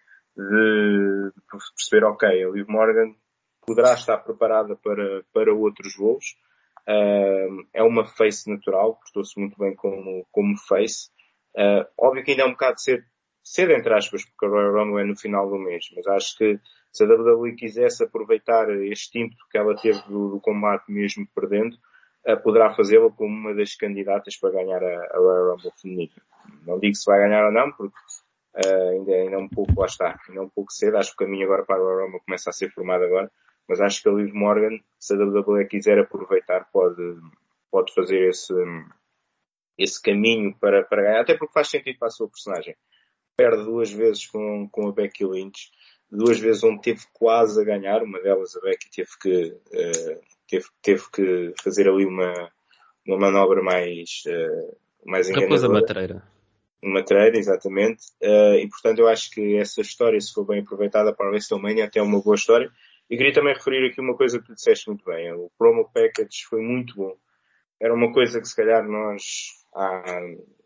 de, de perceber, ok, a Liv Morgan poderá estar preparada para, para outros voos. Uh, é uma face natural, portou-se muito bem como, como face. Uh, óbvio que ainda é um bocado cedo, cedo entre aspas, porque a Royal Rumble é no final do mês, mas acho que se a W W E quisesse aproveitar este ímpeto que ela teve do, do combate mesmo perdendo, uh, poderá fazê-lo como uma das candidatas para ganhar a, a Royal Rumble feminina. Não digo se vai ganhar ou não, porque uh, ainda, ainda é um pouco, lá está, ainda é um pouco cedo. Acho que o caminho agora para a Royal Rumble começa a ser formado agora. Mas acho que a Liv Morgan, se a W W E quiser aproveitar, pode, pode fazer esse, esse caminho para, para ganhar, até porque faz sentido para a sua personagem. Perde duas vezes com, com a Becky Lynch, duas vezes onde teve quase a ganhar, uma delas a Becky teve que, uh, teve, teve que fazer ali uma, uma manobra mais, uh, mais enganadora. Raposa matreira. Matreira, exatamente. Uh, e portanto eu acho que essa história, se for bem aproveitada para a WrestleMania, até é uma boa história. E queria também referir aqui uma coisa que tu disseste muito bem. O promo package foi muito bom. Era uma coisa que se calhar nós há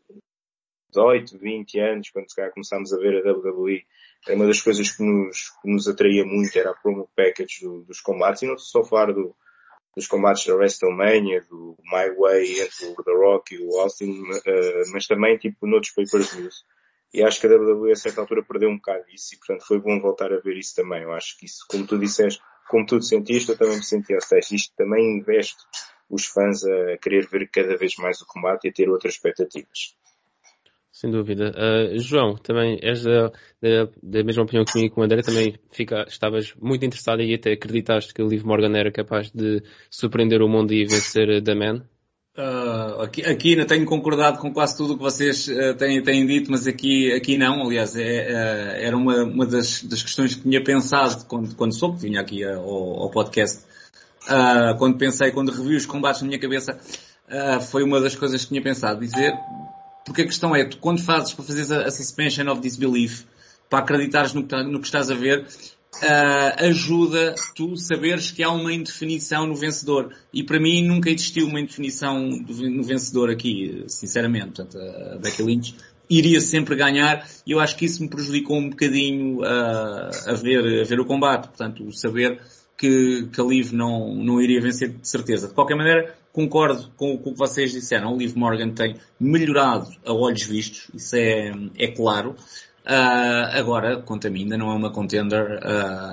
dezoito, vinte anos, quando se calhar começámos a ver a W W E, era uma das coisas que nos, que nos atraía muito, era a promo package do, dos combates. E não estou só a falar do, dos combates da WrestleMania, do My Way entre o The Rock e o Austin, uh, mas também tipo noutros pay-per-views. E acho que a W W E a certa altura perdeu um bocado isso e portanto foi bom voltar a ver isso também. Eu acho que isso, como tu disseste, como tu te sentiste, eu também me senti. Ou seja, isto também investe os fãs a querer ver cada vez mais o combate e a ter outras expectativas. Sem dúvida. Uh, João, também és da, da, da mesma opinião que comigo e com o André, também fica, estavas muito interessado e até acreditaste que o Liv Morgan era capaz de surpreender o mundo e vencer The Man? Uh, aqui, aqui ainda tenho concordado com quase tudo o que vocês uh, têm, têm dito, mas aqui, aqui não. Aliás, é, uh, era uma, uma das, das questões que tinha pensado quando, quando soube que vinha aqui ao, ao podcast. Uh, quando pensei, quando revi os combates na minha cabeça, uh, foi uma das coisas que tinha pensado dizer. Porque a questão é, tu quando fazes para fazer a, a suspension of disbelief, para acreditares no que, no que estás a ver, uh, ajuda tu saberes que há uma indefinição no vencedor. E para mim nunca existiu uma indefinição no vencedor aqui, sinceramente. Portanto, a Becky Lynch iria sempre ganhar e eu acho que isso me prejudicou um bocadinho uh, a, ver, a ver o combate. Portanto, o saber que, que a Liv não, não iria vencer de certeza. De qualquer maneira, concordo com, com o que vocês disseram. O Liv Morgan tem melhorado a olhos vistos, isso é, é claro. Uh, agora, quanto a mim, ainda não é uma contender uh,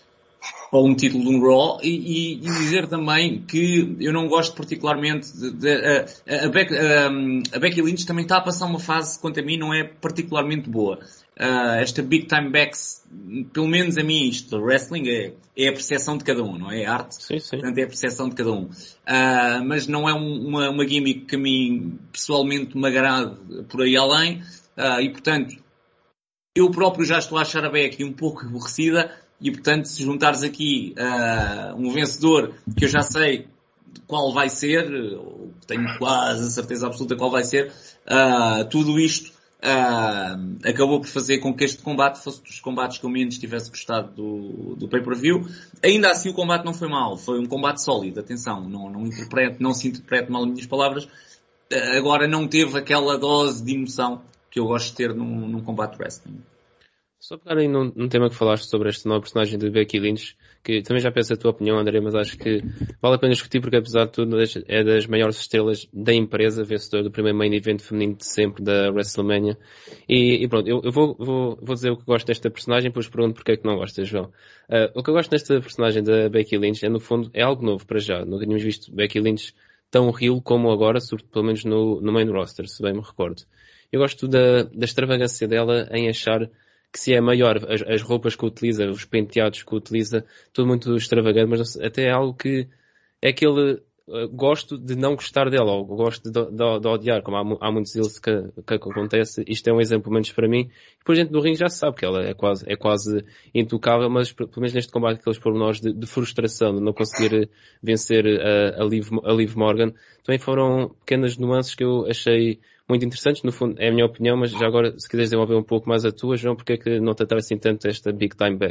ou um título de um Raw. E, e, e dizer também que eu não gosto particularmente de, de, uh, a, Becky, uh, a Becky Lynch também está a passar uma fase, quanto a mim, não é particularmente boa. Uh, esta Big Time Backs, pelo menos a mim isto, do wrestling é, é a percepção de cada um, não é? A arte, sim, sim. Portanto é a percepção de cada um. Uh, mas não é um, uma, uma gimmick que a mim pessoalmente me agrade por aí além, uh, e portanto eu próprio já estou a achar a Becky um pouco aborrecida, e portanto se juntares aqui uh, um vencedor que eu já sei qual vai ser, tenho quase a certeza absoluta qual vai ser, uh, tudo isto Uh, acabou por fazer com que este combate fosse dos combates que eu menos tivesse gostado do, do pay-per-view. Ainda assim o combate não foi mau, foi um combate sólido, atenção, não, não, interprete, não se interprete mal as minhas palavras, uh, agora não teve aquela dose de emoção que eu gosto de ter num, num combate wrestling. Só pegar aí num, num tema que falaste sobre este novo personagem de Becky Lynch, que também já penso a tua opinião, André, mas acho que vale a pena discutir porque apesar de tudo é das maiores estrelas da empresa, vencedor do primeiro main event feminino de sempre da WrestleMania. E, e pronto, eu, eu vou, vou, vou dizer o que gosto desta personagem, depois pergunto porque é que não gostas, João. Uh, o que eu gosto desta personagem da Becky Lynch é, no fundo, é algo novo para já. Não tínhamos visto Becky Lynch tão heel como agora, sobre, pelo menos no, no main roster, se bem me recordo. Eu gosto da, da extravagância dela em achar que se é maior, as, as roupas que utiliza, os penteados que utiliza, tudo muito extravagante, mas até é algo que é aquele uh, gosto de não gostar dela, ou gosto de, de, de odiar, como há, há muitos deles que, que acontece. Isto é um exemplo, pelo menos para mim. Depois dentro do ringue já se sabe que ela é quase, é quase intocável, mas pelo menos neste combate aqueles pormenores de, de frustração, de não conseguir vencer a, a, Liv, a Liv Morgan, também foram pequenas nuances que eu achei muito interessantes. No fundo é a minha opinião, mas já agora se quiseres desenvolver um pouco mais a tua, João, porque é que não te atrai assim tanto esta Big Time Backs?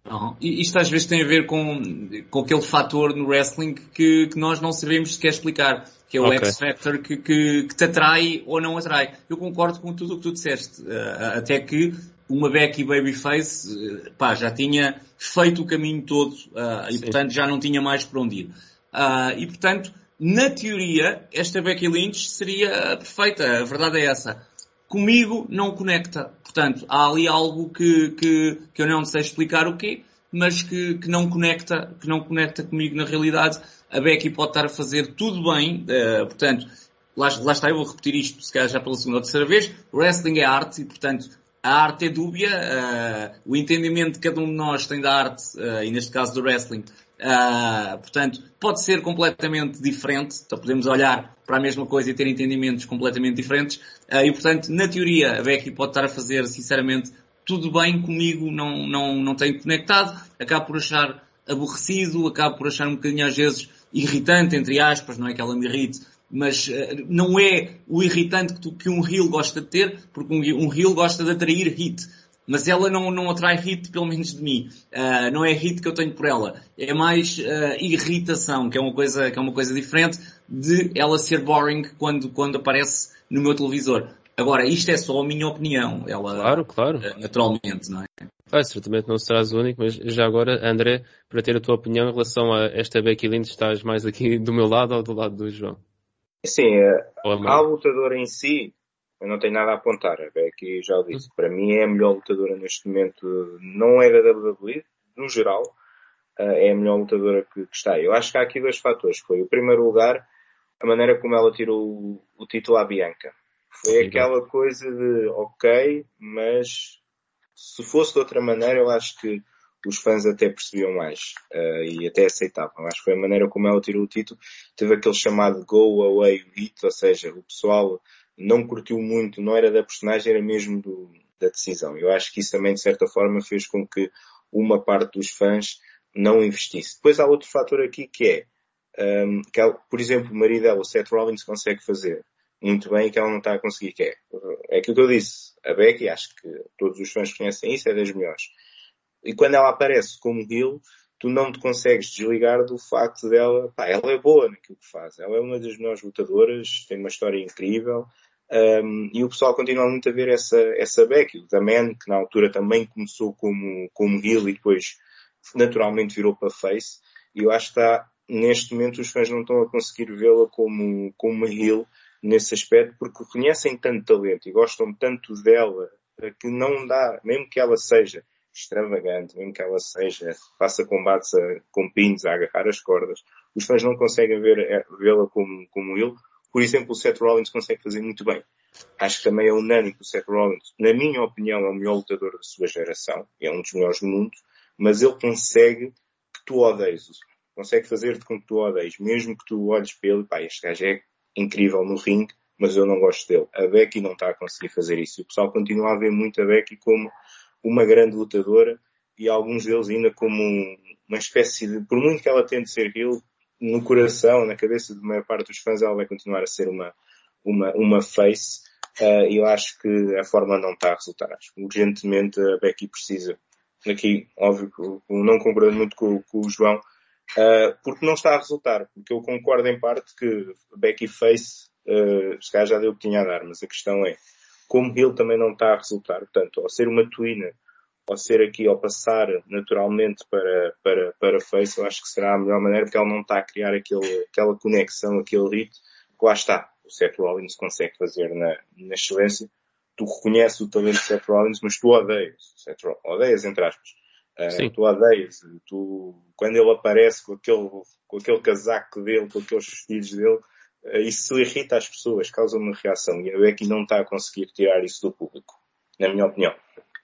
Uhum. E isto às vezes tem a ver com, com aquele fator no wrestling que, que nós não sabemos sequer explicar, que é o okay. X-Factor que, que, que te atrai ou não atrai. Eu concordo com tudo o que tu disseste, uh, até que uma Becky Babyface uh, pá, já tinha feito o caminho todo uh, e portanto já não tinha mais para onde ir. Uh, e portanto, na teoria, esta Becky Lynch seria perfeita, a verdade é essa. Comigo não conecta. Portanto, há ali algo que, que, que eu não sei explicar o quê, mas que, que não conecta, que não conecta comigo na realidade. A Becky pode estar a fazer tudo bem, uh, portanto, lá, lá está, eu vou repetir isto, se calhar já pela segunda ou terceira vez. Wrestling é arte e, portanto, a arte é dúbia, uh, o entendimento que cada um de nós tem da arte, uh, e neste caso do wrestling, Uh, portanto, pode ser completamente diferente, então podemos olhar para a mesma coisa e ter entendimentos completamente diferentes, uh, e portanto, na teoria, a Becky pode estar a fazer, sinceramente, tudo bem comigo, não, não, não tenho conectado, acabo por achar aborrecido, acabo por achar um bocadinho às vezes irritante, entre aspas, não é que ela me irrite, mas uh, não é o irritante que, tu, que um heel gosta de ter, porque um, um heel gosta de atrair hit. Mas ela não, não atrai hit, pelo menos de mim. Uh, não é hit que eu tenho por ela. É mais uh, irritação, que é uma coisa, que é uma coisa diferente de ela ser boring quando, quando aparece no meu televisor. Agora, isto é só a minha opinião. Ela, claro, claro. Uh, naturalmente, não é? Ah, certamente não serás o único, mas já agora, André, para ter a tua opinião em relação a esta Becky Lynch, estás mais aqui do meu lado ou do lado do João? Sim, a lutadora em si, eu não tenho nada a apontar, a Becky já o disse. Para mim é a melhor lutadora neste momento, não é da W W E, no geral, é a melhor lutadora que, que está. Eu acho que há aqui dois fatores. Foi, o primeiro lugar, a maneira como ela tirou o, o título à Bianca. Foi Sim, aquela não. coisa de, ok, mas se fosse de outra maneira, eu acho que os fãs até percebiam mais uh, e até aceitavam. Acho que foi a maneira como ela tirou o título. Teve aquele chamado go away hit, ou seja, o pessoal não curtiu muito, não era da personagem, era mesmo do, da decisão. Eu acho que isso também, de certa forma, fez com que uma parte dos fãs não investisse. Depois há outro fator aqui que é, um, que ela, por exemplo, o marido dela, o Seth Rollins, consegue fazer muito bem e que ela não está a conseguir, que é, é aquilo que eu disse, a Becky, acho que todos os fãs conhecem isso, é das melhores. E quando ela aparece como heel, tu não te consegues desligar do facto dela, pá, ela é boa naquilo que faz, ela é uma das melhores lutadoras, tem uma história incrível, um, e o pessoal continua muito a ver essa, essa Becky, o The Man, que na altura também começou como, como heel e depois naturalmente virou para face, e eu acho que está, neste momento os fãs não estão a conseguir vê-la como, como uma heel nesse aspecto, porque conhecem tanto talento e gostam tanto dela, que não dá, mesmo que ela seja extravagante, mesmo que ela seja, faça combates a, com pins a agarrar as cordas, os fãs não conseguem ver, vê-la como, como ele. Por exemplo, o Seth Rollins consegue fazer muito bem. Acho que também é unânime que o Seth Rollins, na minha opinião, é o melhor lutador da sua geração, é um dos melhores do mundo, mas ele consegue que tu odeies, consegue fazer-te com que tu odeies, mesmo que tu olhes para ele e pá, este gajo é incrível no ringue, mas eu não gosto dele. A Becky não está a conseguir fazer isso. E o pessoal continua a ver muito a Becky como uma grande lutadora e alguns deles ainda como uma espécie de, por muito que ela tente ser heel, no coração, na cabeça de maior parte dos fãs, ela vai continuar a ser uma, uma, uma face, uh, e eu acho que a forma não está a resultar. Acho que urgentemente a Becky precisa. Aqui, óbvio que não concordo muito com, com o João, uh, porque não está a resultar, porque eu concordo em parte que a Becky face, uh, se calhar já deu o que tinha a dar, mas a questão é, como ele também não está a resultar, portanto, ao ser uma twina, ao ser aqui, ao passar naturalmente para, para, para face, eu acho que será a melhor maneira, porque ela não está a criar aquele, aquela conexão, aquele ritmo, que lá está, o Seth Rollins consegue fazer na, na excelência. Tu reconheces o talento de Seth Rollins, mas tu odeias, Seth Rollins, odeias entre aspas, uh, tu odeias, tu, quando ele aparece com aquele, com aquele casaco dele, com aqueles vestidos dele, uh, isso irrita as pessoas, causa uma reação, e a Becky não está a conseguir tirar isso do público, na minha opinião.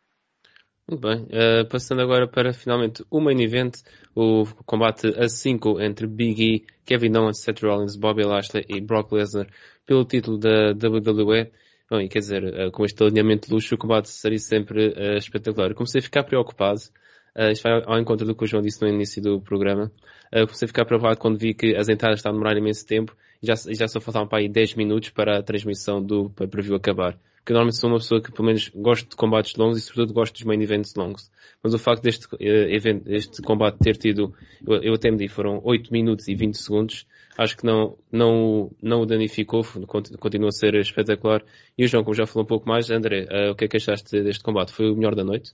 Muito bem, uh, passando agora para finalmente o main event, o combate a cinco entre Big E, Kevin Owens, Seth Rollins, Bobby Lashley e Brock Lesnar pelo título da W W E. Bom, e quer dizer, uh, com este alinhamento de luxo o combate seria sempre uh, espetacular. Eu comecei a ficar preocupado, uh, isto vai ao encontro do que o João disse no início do programa, uh, comecei a ficar preocupado quando vi que as entradas estavam a demorar imenso tempo e já, já só faltavam para aí dez minutos para a transmissão do pay-per-view acabar. porque normalmente sou uma pessoa que pelo menos gosto de combates longos e sobretudo gosto dos main events longos. Mas o facto deste, uh, evento, este combate ter tido, eu, eu até me di, foram oito minutos e vinte segundos, acho que não, não, não o danificou, continua a ser espetacular. E o João, como já falou um pouco mais, André, uh, o que é que achaste deste combate? Foi o melhor da noite?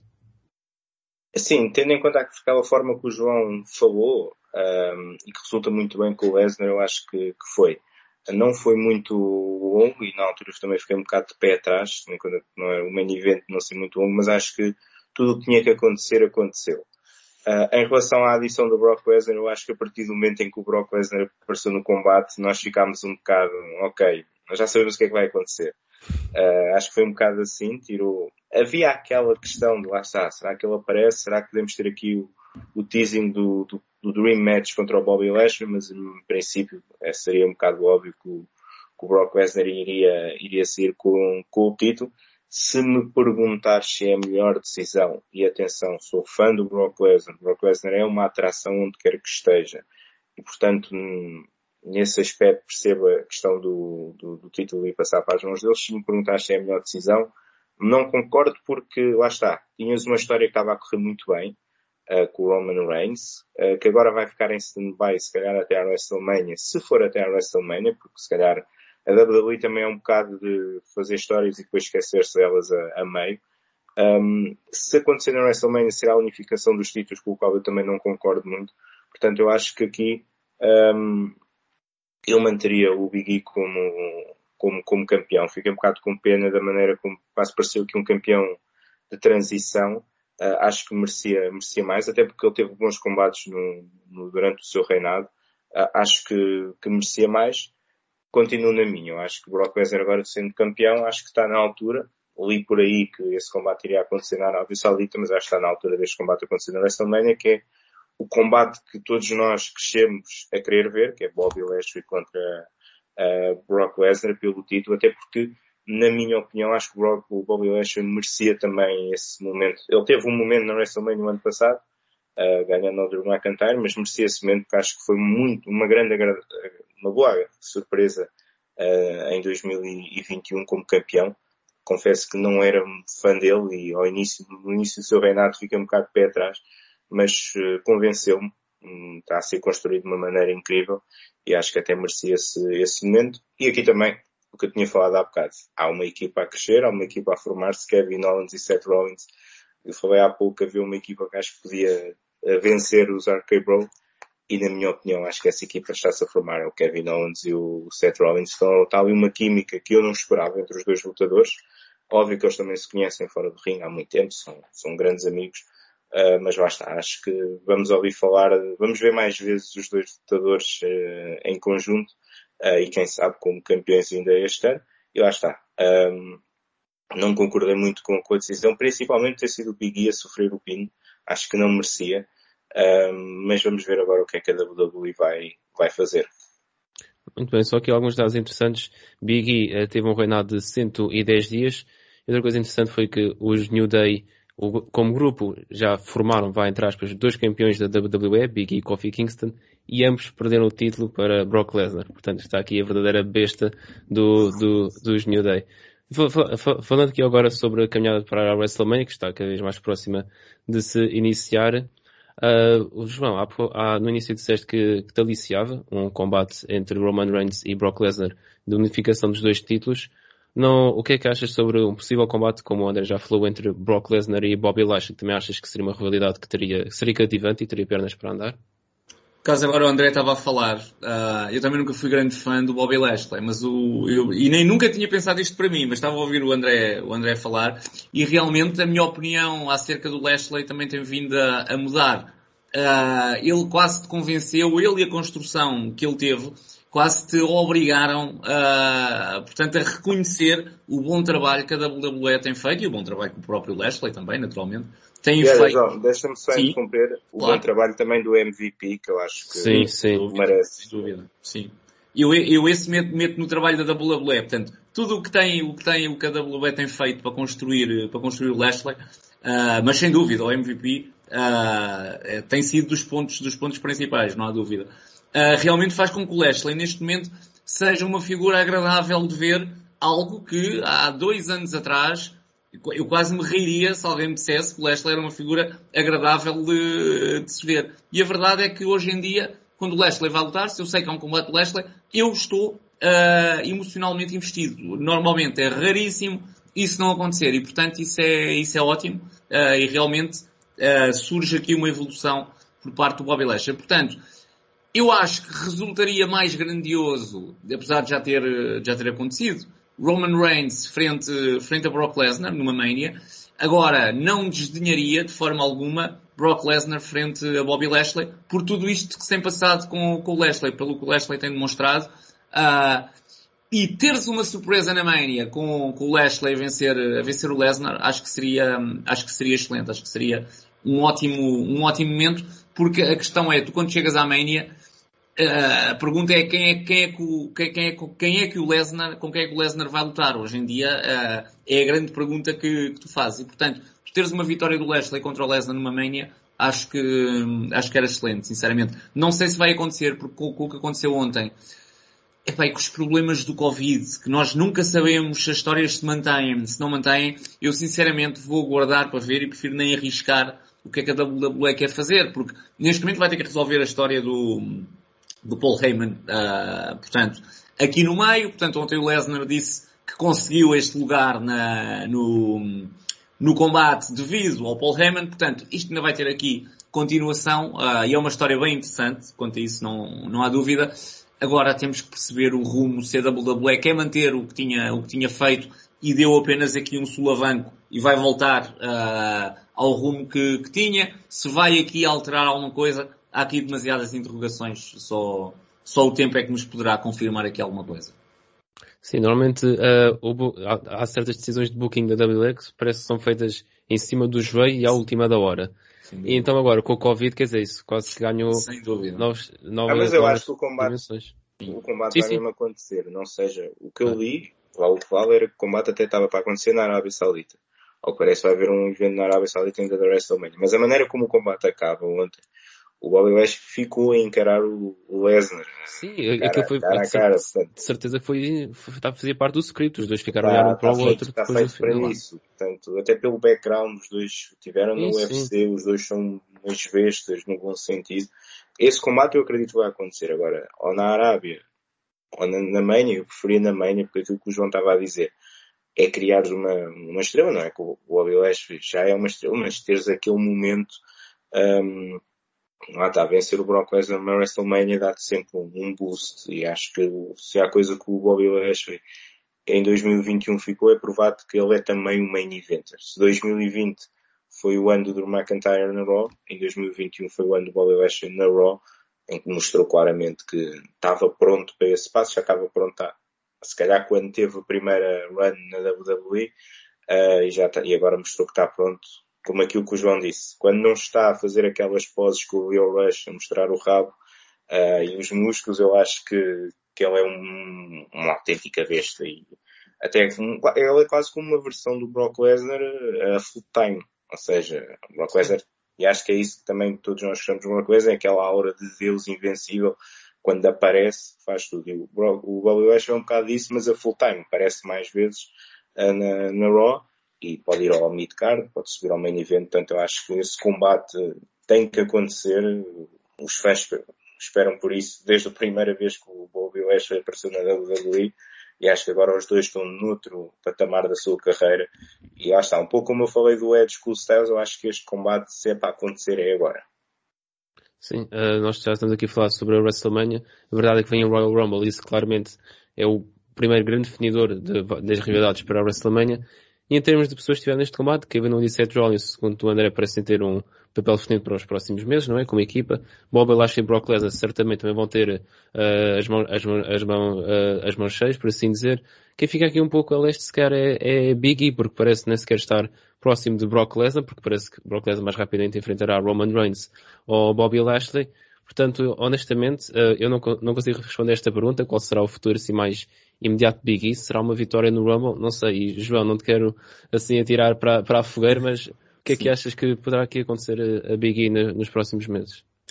Sim, tendo em conta aquela forma que o João falou, um, e que resulta muito bem com o Lesnar, eu acho que, que foi. Não foi muito longo e na altura eu também fiquei um bocado de pé atrás, tendo em conta que não é o main event, não ser muito longo, mas acho que tudo o que tinha que acontecer, aconteceu. Uh, em relação à adição do Brock Lesnar, eu acho que a partir do momento em que o Brock Lesnar apareceu no combate, nós ficámos um bocado, ok, nós já sabemos o que é que vai acontecer. Uh, acho que foi um bocado assim, tirou... Havia aquela questão de lá está, será que ele aparece? Será que podemos ter aqui o, o teasing do, do, do Dream Match contra o Bobby Lashley? Mas em princípio é, seria um bocado óbvio que o, que o Brock Lesnar iria, iria sair com, com o título. Se me perguntar se é a melhor decisão, e atenção, sou fã do Brock Lesnar, o Brock Lesnar é uma atração onde quer que esteja, e portanto nesse aspecto percebo a questão do, do, do título e passar para as mãos deles. Se me perguntar se é a melhor decisão, não concordo, porque lá está, tinhas uma história que estava a correr muito bem uh, com o Roman Reigns, uh, que agora vai ficar em stand-by se calhar até à WrestleMania, se for até à WrestleMania, porque se calhar a W W E também é um bocado de fazer histórias e depois esquecer-se delas a, a meio. Um, se acontecer na WrestleMania será a unificação dos títulos, com o qual eu também não concordo muito. Portanto, eu acho que aqui um, ele manteria o Big E como, como, como campeão. Fiquei um bocado com pena da maneira como quase pareceu que um campeão de transição. Uh, acho que merecia, merecia mais, até porque ele teve bons combates no, no, durante o seu reinado. Uh, acho que, que merecia mais. Continuo na minha. Eu acho que o Brock Lesnar agora sendo campeão, acho que está na altura. Li por aí que esse combate iria acontecer na Arábia Saudita, mas acho que está na altura deste combate acontecer na WrestleMania, que é o combate que todos nós crescemos a querer ver, que é Bobby Lashley contra uh, Brock Lesnar pelo título, até porque, na minha opinião, acho que o, Brock, o Bobby Lashley merecia também esse momento. Ele teve um momento na WrestleMania no ano passado, uh, ganhando ao Drew McIntyre, mas merecia esse momento, porque acho que foi muito, uma grande, uma boa surpresa uh, em dois mil e vinte e um como campeão. Confesso que não era fã dele e ao início, no início do seu reinado fiquei um bocado de pé atrás, mas uh, convenceu-me. Um, está a ser construído de uma maneira incrível e acho que até merecia esse, esse momento. E aqui também, o que eu tinha falado há bocado, há uma equipa a crescer, há uma equipa a formar-se, Kevin Owens e Seth Rollins. Eu falei há pouco que havia uma equipa que acho que podia uh, vencer os R K Bro, e na minha opinião acho que essa equipa está-se a formar, é o Kevin Owens e o Seth Rollins. Então está ali uma química que eu não esperava entre os dois lutadores. Óbvio que eles também se conhecem fora do ringue há muito tempo, são, são grandes amigos, uh, mas lá está, acho que vamos ouvir falar, vamos ver mais vezes os dois lutadores uh, em conjunto, uh, e quem sabe como campeões ainda este ano, e lá está. Um, não concordei muito com, com a decisão, principalmente ter sido o Big E a sofrer o pino, acho que não merecia, um, mas vamos ver agora o que é que a W W E vai, vai fazer. Muito bem, só aqui alguns dados interessantes. Big E uh, teve um reinado de cento e dez dias. E outra coisa interessante foi que os New Day, o, como grupo, já formaram, vai entre aspas, dois campeões da W W E, Big E e Kofi Kingston, e ambos perderam o título para Brock Lesnar. Portanto, está aqui a verdadeira besta do, do, dos New Day. Falando aqui agora sobre a caminhada para a WrestleMania, que está cada vez mais próxima de se iniciar. Uh, João, há, há, no início disseste que, que te aliciava um combate entre Roman Reigns e Brock Lesnar de unificação dos dois títulos. Não, o que é que achas sobre um possível combate, como o André já falou, entre Brock Lesnar e Bobby Lashley? Também achas que seria uma rivalidade que teria, seria cativante e teria pernas para andar? Caso agora o André estava a falar, uh, eu também nunca fui grande fã do Bobby Lashley, mas o, eu, e nem nunca tinha pensado isto para mim, mas estava a ouvir o André, o André falar, e realmente a minha opinião acerca do Lashley também tem vindo a, a mudar. Uh, ele quase te convenceu, ele e a construção que ele teve, quase te obrigaram, uh, portanto, a reconhecer o bom trabalho que a W W E tem feito, e o bom trabalho que o próprio Lashley também, naturalmente, tem e, feito. João, deixa-me só sim, interromper o claro. bom trabalho também do M V P, que eu acho que sim, sim. merece. Sem dúvida, sim. Eu, eu esse meto, meto no trabalho da W W E, portanto, tudo o que tem, o que tem, o que a W W E tem feito para construir, para construir o Lashley, uh, mas sem dúvida, o M V P, uh, tem sido dos pontos, dos pontos principais, não há dúvida. Uh, realmente faz com que o Lashley, neste momento, seja uma figura agradável de ver, algo que há dois anos atrás eu quase me reiria se alguém me dissesse que o Lashley era uma figura agradável de, de se ver. E a verdade é que hoje em dia, quando o Lashley vai lutar, se eu sei que é um combate do Lashley, eu estou uh, emocionalmente investido. Normalmente é raríssimo isso não acontecer e, portanto, isso é, isso é ótimo uh, e realmente uh, surge aqui uma evolução por parte do Bobby Lashley. Portanto, eu acho que resultaria mais grandioso, apesar de já ter, já ter acontecido, Roman Reigns frente, frente a Brock Lesnar numa Mania. Agora, não desdenharia de forma alguma Brock Lesnar frente a Bobby Lashley por tudo isto que se tem passado com, com o Lashley, pelo que o Lashley tem demonstrado. Uh, e teres uma surpresa na Mania com, com o Lashley a vencer, a vencer o Lesnar, acho que seria, acho que seria excelente, acho que seria um ótimo, um ótimo momento, porque a questão é, tu quando chegas à Mania, Uh, a pergunta é quem é, quem é que o, quem, quem é, quem é que o Lesnar, com quem é que o Lesnar vai lutar hoje em dia, uh, é a grande pergunta que, que tu fazes. E portanto, tu teres uma vitória do Lashley contra o Lesnar numa Mania, acho que, acho que era excelente, sinceramente. Não sei se vai acontecer, porque com, com o que aconteceu ontem, é bem, com os problemas do Covid, que nós nunca sabemos se as histórias se mantêm, se não mantêm, eu sinceramente vou aguardar para ver e prefiro nem arriscar o que é que a W W E quer fazer, porque neste momento vai ter que resolver a história do, do Paul Heyman, uh, portanto, aqui no meio. Portanto, ontem o Lesnar disse que conseguiu este lugar na, no, no combate devido ao Paul Heyman. Portanto, isto ainda vai ter aqui continuação, uh, e é uma história bem interessante, quanto a isso não, não há dúvida. Agora temos que perceber o rumo, se a W W E quer manter o que tinha, o que tinha feito e deu apenas aqui um sulavanco e vai voltar uh, ao rumo que, que tinha, se vai aqui alterar alguma coisa. Há aqui demasiadas interrogações, só, só o tempo é que nos poderá confirmar aqui alguma coisa. Sim, normalmente uh, houve, há, há certas decisões de booking da W W E que parece que são feitas em cima do joelho e à última da hora. E então agora, com o Covid, quer dizer, isso quase que ganhou Sem dúvida. novos, novos, ah, mas eu novas acho que o combate, dimensões. o combate Sim, vai sim. mesmo acontecer. Não seja, o que eu li, lá o que vale era que o combate até estava para acontecer na Arábia Saudita. Ao que parece vai haver um evento na Arábia Saudita ainda da WrestleMania. Mas a maneira como o combate acaba ontem, o Bobby Lashley ficou a encarar o Lesnar. Sim, cara, aquilo foi, cara a de, cara, certeza, portanto, de certeza foi, foi, fazia parte do script, os dois ficaram a Está, olhar um para está o feito, outro está depois feito do para final. isso. Portanto, até pelo background, os dois tiveram Sim, no U F C, sim. os dois são umas bestas, no bom sentido. Esse combate eu acredito que vai acontecer agora, ou na Arábia, ou na, na Mania. Eu preferia na Mania, porque aquilo que o João estava a dizer é criar uma, uma estrela, não é? Que o Bobby Lashley já é uma estrela, mas teres aquele momento, um, lá está, vencer o Brock Lesnar na WrestleMania dá-te sempre um, um boost, e acho que se há coisa que o Bobby Lashley em dois mil e vinte e um ficou, é provado que ele é também um main eventer. Se dois mil e vinte foi o ano do Drew McIntyre na Raw, em dois mil e vinte e um foi o ano do Bobby Lashley na Raw, em que mostrou claramente que estava pronto para esse passo, já estava pronto a, se calhar quando teve a primeira run na W W E, uh, e, já tá, e agora mostrou que está pronto, como aquilo que o João disse. Quando não está a fazer aquelas poses com o Leo Rush, a mostrar o rabo uh, e os músculos, eu acho que, que ele é um, uma autêntica besta. E até ele é quase como uma versão do Brock Lesnar a uh, full time. Ou seja, o Brock Lesnar, e acho que é isso que também todos nós gostamos do Brock Lesnar, é aquela aura de Deus invencível. Quando aparece, faz tudo. E o, o Bobby Lashley é um bocado disso, mas a full time. Aparece mais vezes uh, na, na Raw. E pode ir ao mid-card, pode subir ao main event. Portanto, eu acho que esse combate tem que acontecer. Os fãs esperam por isso desde a primeira vez que o Bobby Lashley apareceu na W W E. E acho que agora os dois estão noutro patamar da sua carreira. E lá está, um pouco como eu falei do Edge com o Styles, eu acho que este combate, se é para acontecer, é agora. Sim, uh, nós já estamos aqui a falar sobre a WrestleMania. A verdade é que vem o Royal Rumble. Isso claramente é o primeiro grande definidor de, das rivalidades para a WrestleMania. E em termos de pessoas que estiveram neste combate, Kevin Owens e Seth Rollins, segundo o André, parecem ter um papel definido para os próximos meses, não é? Como equipa. Bobby Lashley e Brock Lesnar certamente também vão ter uh, as, mãos, as, mãos, as, mãos, uh, as mãos cheias, por assim dizer. Quem fica aqui um pouco a leste sequer é, é Big E, porque parece nem sequer estar próximo de Brock Lesnar, porque parece que Brock Lesnar mais rapidamente enfrentará Roman Reigns ou Bobby Lashley. Portanto, honestamente, eu não, não consigo responder esta pergunta, qual será o futuro assim mais imediato de Big E. Será uma vitória no Rumble? Não sei. E, João, não te quero assim atirar para, para a fogueira, mas o que é que achas que poderá aqui acontecer a, a Big E na, nos próximos meses?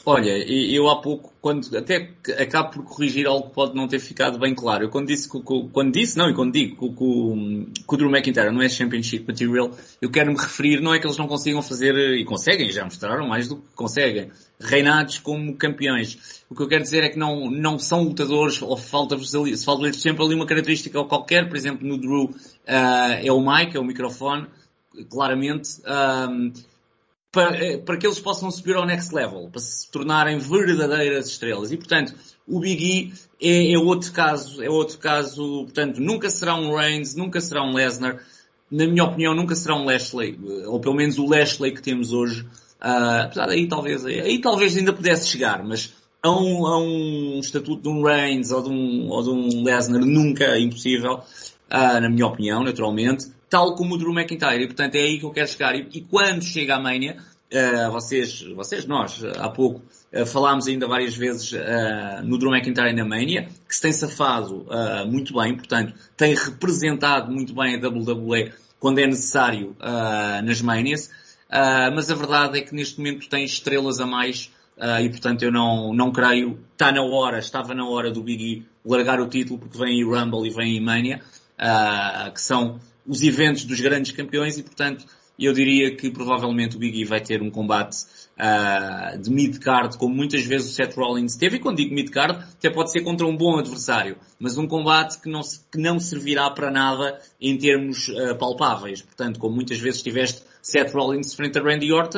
Olha, eu há pouco, quando, até acabo por corrigir algo que pode não ter ficado bem claro. Eu quando disse, que, quando disse, não, e quando digo que, que, que o Drew McIntyre não é Championship Material, eu quero me referir, não é que eles não consigam fazer, e conseguem, já mostraram mais do que conseguem, reinados como campeões. O que eu quero dizer é que não, não são lutadores, ou falta-vos ali, se falta-lhes sempre ali uma característica qualquer, por exemplo, no Drew, uh, é o mic, é o microfone, claramente, um, Para, para que eles possam subir ao next level, para se tornarem verdadeiras estrelas. E, portanto, o Big E é, é outro caso, é outro caso, portanto, nunca será um Reigns, nunca será um Lesnar, na minha opinião, nunca será um Lashley, ou pelo menos o Lashley que temos hoje, uh, apesar daí talvez, aí talvez ainda pudesse chegar, mas a um, a um estatuto de um Reigns ou de um, ou de um Lesnar nunca é impossível, uh, na minha opinião, naturalmente, tal como o Drew McIntyre, e portanto é aí que eu quero chegar. E, e quando chega a Mania, uh, vocês, vocês, nós, há pouco, uh, falámos ainda várias vezes uh, no Drew McIntyre na Mania, que se tem safado uh, muito bem, portanto, tem representado muito bem a W W E quando é necessário uh, nas Manias, uh, mas a verdade é que neste momento tem estrelas a mais, uh, e portanto eu não, não creio, está na hora, estava na hora do Big E largar o título, porque vem aí Rumble e vem aí Mania, uh, que são os eventos dos grandes campeões, e portanto eu diria que provavelmente o Big E vai ter um combate uh, de mid-card, como muitas vezes o Seth Rollins teve, e quando digo mid-card até pode ser contra um bom adversário, mas um combate que não, que não servirá para nada em termos uh, palpáveis. Portanto, como muitas vezes tiveste Seth Rollins frente a Randy Orton,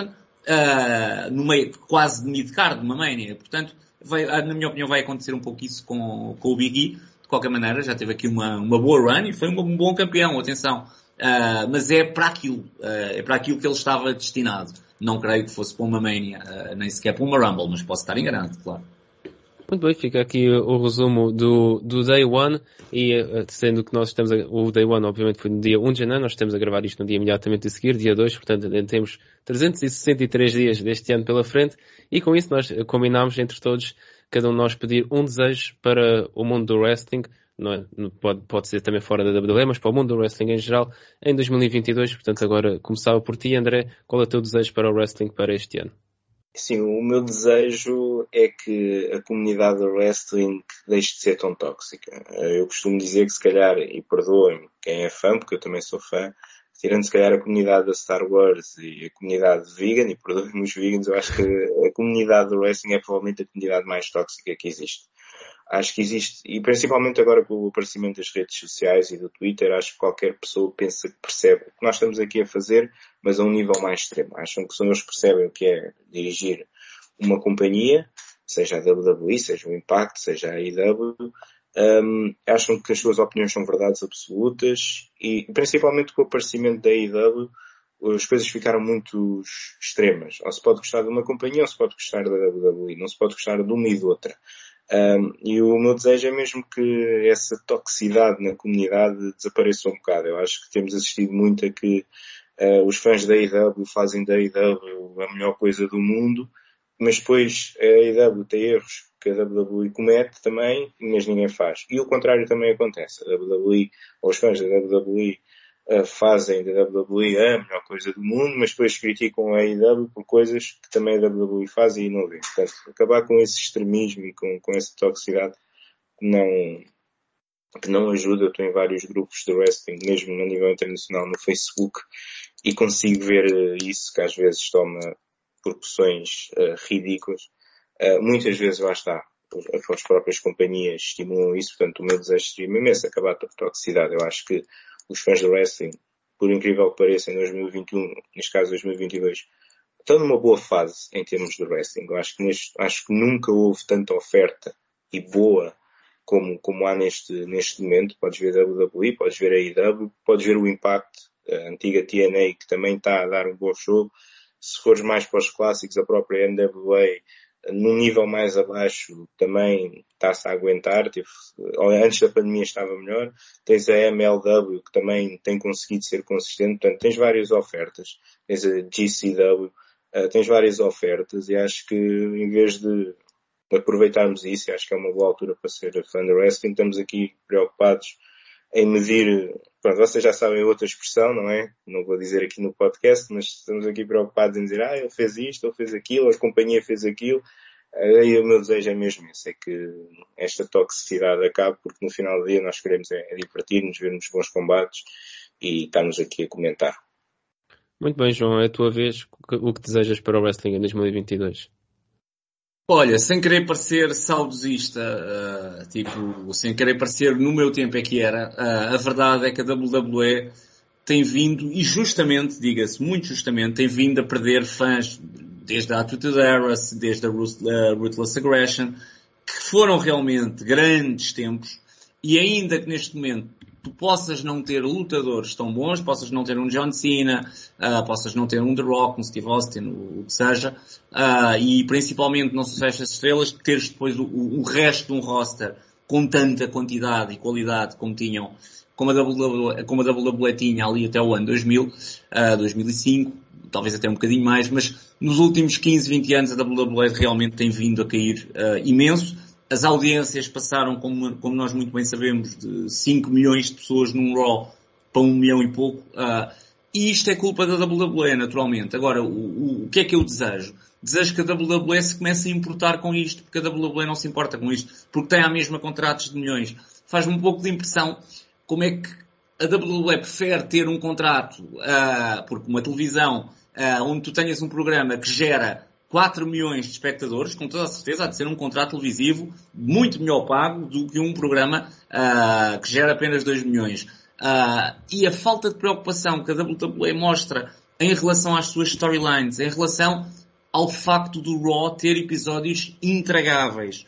uh, no meio, quase de mid-card, numa Mania. Portanto, vai, na minha opinião vai acontecer um pouco isso com, com o Big E. De qualquer maneira, já teve aqui uma, uma boa run e foi um, um bom campeão, atenção. Uh, mas é para aquilo, uh, é para aquilo que ele estava destinado. Não creio que fosse para uma Mania, uh, nem sequer para uma Rumble, mas posso estar enganado, claro. Muito bem, fica aqui o resumo do, do Day One, e uh, sendo que nós estamos, a, o Day One obviamente foi no dia um de janeiro, nós estamos a gravar isto no dia imediatamente a seguir, dia dois, portanto ainda temos trezentos e sessenta e três dias deste ano pela frente, e com isso nós combinámos entre todos, cada um de nós pedir um desejo para o mundo do wrestling, não é, pode, pode ser também fora da W W E, mas para o mundo do wrestling em geral, em dois mil e vinte e dois, portanto agora começava por ti, André, qual é o teu desejo para o wrestling para este ano? Sim, o meu desejo é que a comunidade do wrestling deixe de ser tão tóxica. Eu costumo dizer que se calhar, e perdoem-me quem é fã, porque eu também sou fã, tirando se calhar a comunidade da Star Wars e a comunidade vegan, e perdoem-me os vegans, eu acho que a comunidade do wrestling é provavelmente a comunidade mais tóxica que existe. Acho que existe, e principalmente agora com o aparecimento das redes sociais e do Twitter, acho que qualquer pessoa pensa que percebe o que nós estamos aqui a fazer, mas a um nível mais extremo. Acham que pessoas percebem o que é dirigir uma companhia, seja a W W E, seja o Impact, seja a A E W, um, acham que as suas opiniões são verdades absolutas, e principalmente com o aparecimento da A E W, as coisas ficaram muito extremas. Ou se pode gostar de uma companhia, ou se pode gostar da W W E. Não se pode gostar de uma e de outra. Um, e o meu desejo é mesmo que essa toxicidade na comunidade desapareça um bocado. Eu acho que temos assistido muito a que uh, os fãs da A E W fazem da A E W a melhor coisa do mundo, mas depois a A E W tem erros que a W W E comete também, mas ninguém faz. E o contrário também acontece. A W W E, ou os fãs da W W E, Uh, fazem da W W E a melhor coisa do mundo, mas depois criticam a A E W por coisas que também a W W E faz e não vê. Portanto, acabar com esse extremismo e com, com essa toxicidade que não, que não ajuda. Eu estou em vários grupos de wrestling, mesmo a nível internacional, no Facebook, e consigo ver uh, isso, que às vezes toma proporções uh, ridículas. Uh, muitas vezes, lá está, as, as próprias companhias estimulam isso. Portanto, o meu desejo seria mesmo esse, acabar com a toxicidade. Eu acho que os fãs do wrestling, por incrível que pareça, em dois mil e vinte e um, neste caso dois mil e vinte e dois, estão numa boa fase em termos de wrestling. Eu acho que, neste, acho que nunca houve tanta oferta e boa como, como há neste, neste momento. Podes ver a W W E, podes ver a A E W, podes ver o Impact, a antiga T N A, que também está a dar um bom show. Se fores mais para os clássicos, a própria N W A, num nível mais abaixo, também está-se a aguentar. Teve, antes da pandemia estava melhor. Tens a M L W, que também tem conseguido ser consistente. Portanto, tens várias ofertas. Tens a G C W, uh, tens várias ofertas, e acho que em vez de aproveitarmos isso, acho que é uma boa altura para ser fã de wrestling. Estamos aqui preocupados em medir, pronto, vocês já sabem outra expressão, não é? Não vou dizer aqui no podcast, mas estamos aqui preocupados em dizer, ah, ele fez isto, ele fez aquilo, a companhia fez aquilo. Aí o meu desejo é mesmo esse, é que esta toxicidade acabe, porque no final do dia nós queremos é, é divertir-nos, vermos bons combates e estarmos aqui a comentar. Muito bem, João, é a tua vez. O que desejas para o wrestling em dois mil e vinte e dois? Olha, sem querer parecer saudosista, uh, tipo, sem querer parecer no meu tempo é que era, uh, a verdade é que a W W E tem vindo, e justamente, diga-se, muito justamente, tem vindo a perder fãs desde a Attitude Era, desde a Ruthless Aggression, que foram realmente grandes tempos, e ainda que neste momento tu possas não ter lutadores tão bons, possas não ter um John Cena, uh, possas não ter um The Rock, um Steve Austin, o, o que seja, uh, e principalmente não se fecha as estrelas, teres depois o, o resto de um roster com tanta quantidade e qualidade como tinham, como a W W E, como a W W E tinha ali até o ano dois mil, uh, dois mil e cinco, talvez até um bocadinho mais, mas nos últimos quinze, vinte anos a W W E realmente tem vindo a cair uh, imenso. As audiências passaram, como, como nós muito bem sabemos, de cinco milhões de pessoas num Raw para um milhão e pouco. Uh, e isto é culpa da W W E, naturalmente. Agora, o, o, o que é que eu desejo? Desejo que a W W E se comece a importar com isto, porque a W W E não se importa com isto, porque tem à mesma contratos de milhões. Faz-me um pouco de impressão como é que a W W E prefere ter um contrato, uh, porque uma televisão, uh, onde tu tenhas um programa que gera quatro milhões de espectadores, com toda a certeza há de ser um contrato televisivo muito melhor pago do que um programa uh, que gera apenas dois milhões. Uh, e a falta de preocupação que a W W E mostra em relação às suas storylines, em relação ao facto do Raw ter episódios intragáveis,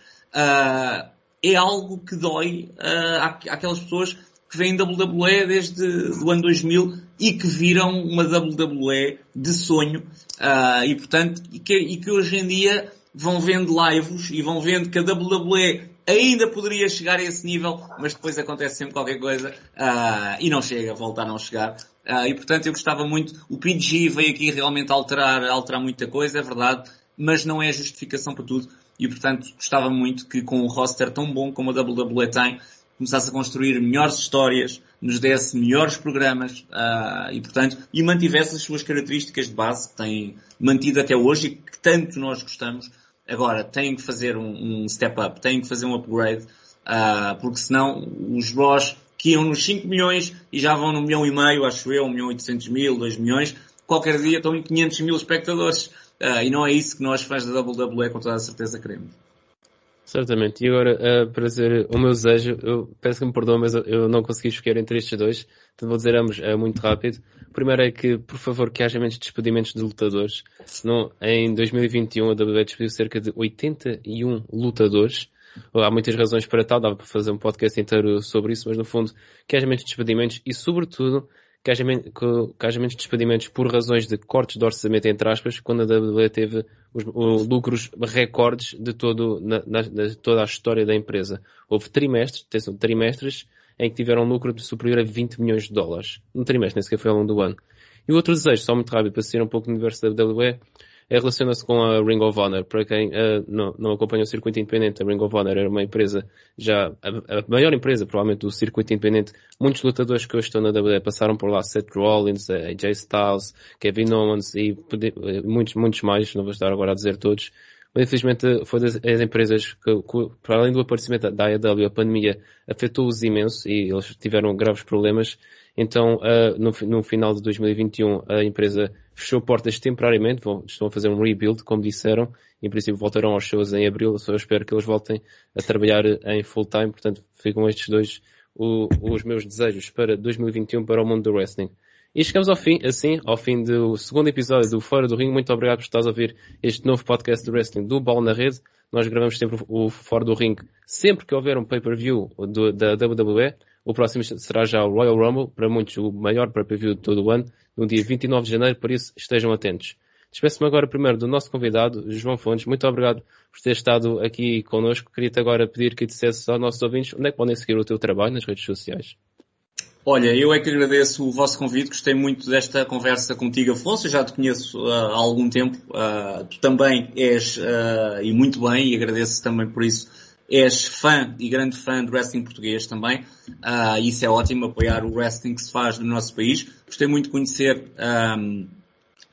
uh, é algo que dói uh, àc- àquelas pessoas que vêm W W E desde o ano dois mil e que viram uma W W E de sonho, uh, e portanto, e que, e que hoje em dia vão vendo lives e vão vendo que a W W E ainda poderia chegar a esse nível, mas depois acontece sempre qualquer coisa, uh, e não chega, volta a não chegar. Uh, e portanto eu gostava muito, o P G veio aqui realmente alterar, alterar muita coisa, é verdade, mas não é justificação para tudo, e portanto gostava muito que com um roster tão bom como a W W E tem, começasse a construir melhores histórias, nos desse melhores programas, uh, e portanto, e mantivesse as suas características de base que tem mantido até hoje e que tanto nós gostamos. Agora, tem que fazer um, um step up, tem que fazer um upgrade, uh, porque senão os Raws que iam nos cinco milhões e já vão no milhão e meio, acho eu, um milhão e oitocentos mil, dois milhões, qualquer dia estão em quinhentos mil espectadores, uh, e não é isso que nós fãs da W W E com toda a certeza queremos. Certamente. E agora, uh, para dizer o meu desejo, eu peço que me perdoem, mas eu, eu não consegui escolher entre estes dois, então vou dizer ambos uh, muito rápido. O primeiro é que, por favor, que haja menos despedimentos de lutadores. Não, em dois mil e vinte e um a W W E despediu cerca de oitenta e um lutadores. Há muitas razões para tal, dava para fazer um podcast inteiro sobre isso, mas no fundo, que haja menos despedimentos e, sobretudo, que haja, men- que, que haja menos despedimentos por razões de cortes de orçamento, entre aspas, quando a W W E teve os, os lucros recordes de, todo, na, na, de toda a história da empresa. Houve trimestres, atenção, trimestres em que tiveram um lucro superior a vinte milhões de dólares. Um trimestre, nem sequer foi ao longo do ano. E o outro desejo, só muito rápido, para sair um pouco do universo da W W E, é relaciona-se com a Ring of Honor. Para quem uh, não, não acompanha o circuito independente, a Ring of Honor era uma empresa, já a, a maior empresa provavelmente do circuito independente. Muitos lutadores que hoje estão na W W E passaram por lá, Seth Rollins, A J Styles, Kevin Owens e muitos, muitos mais, não vou estar agora a dizer todos. Mas infelizmente foi das, das empresas que, que, para além do aparecimento da A E W, a pandemia afetou-os imenso e eles tiveram graves problemas. Então, uh, no, no final de dois mil e vinte e um, a empresa fechou portas temporariamente, vão, estão a fazer um rebuild, como disseram, e em princípio voltarão aos shows em abril, só espero que eles voltem a trabalhar em full time, portanto ficam estes dois o, os meus desejos para dois mil e vinte e um para o mundo do wrestling. E chegamos ao fim, assim, ao fim do segundo episódio do Fora do Ringue. Muito obrigado por estares a ouvir este novo podcast de wrestling do Bola na Rede. Nós gravamos sempre o Fora do Ringue sempre que houver um pay-per-view do, da W W E. O próximo será já o Royal Rumble, para muitos o maior pay-per-view de todo o ano, no dia vinte e nove de janeiro, por isso estejam atentos. Despeço-me agora primeiro do nosso convidado, João Fontes. Muito obrigado por ter estado aqui connosco. Queria-te agora pedir que dissesse aos nossos ouvintes onde é que podem seguir o teu trabalho nas redes sociais. Olha, eu é que agradeço o vosso convite, gostei muito desta conversa contigo, Afonso, eu já te conheço uh, há algum tempo, uh, tu também és, uh, e muito bem, e agradeço também por isso, és fã e grande fã do wrestling português também, uh, isso é ótimo, apoiar o wrestling que se faz no nosso país. Gostei muito de conhecer um,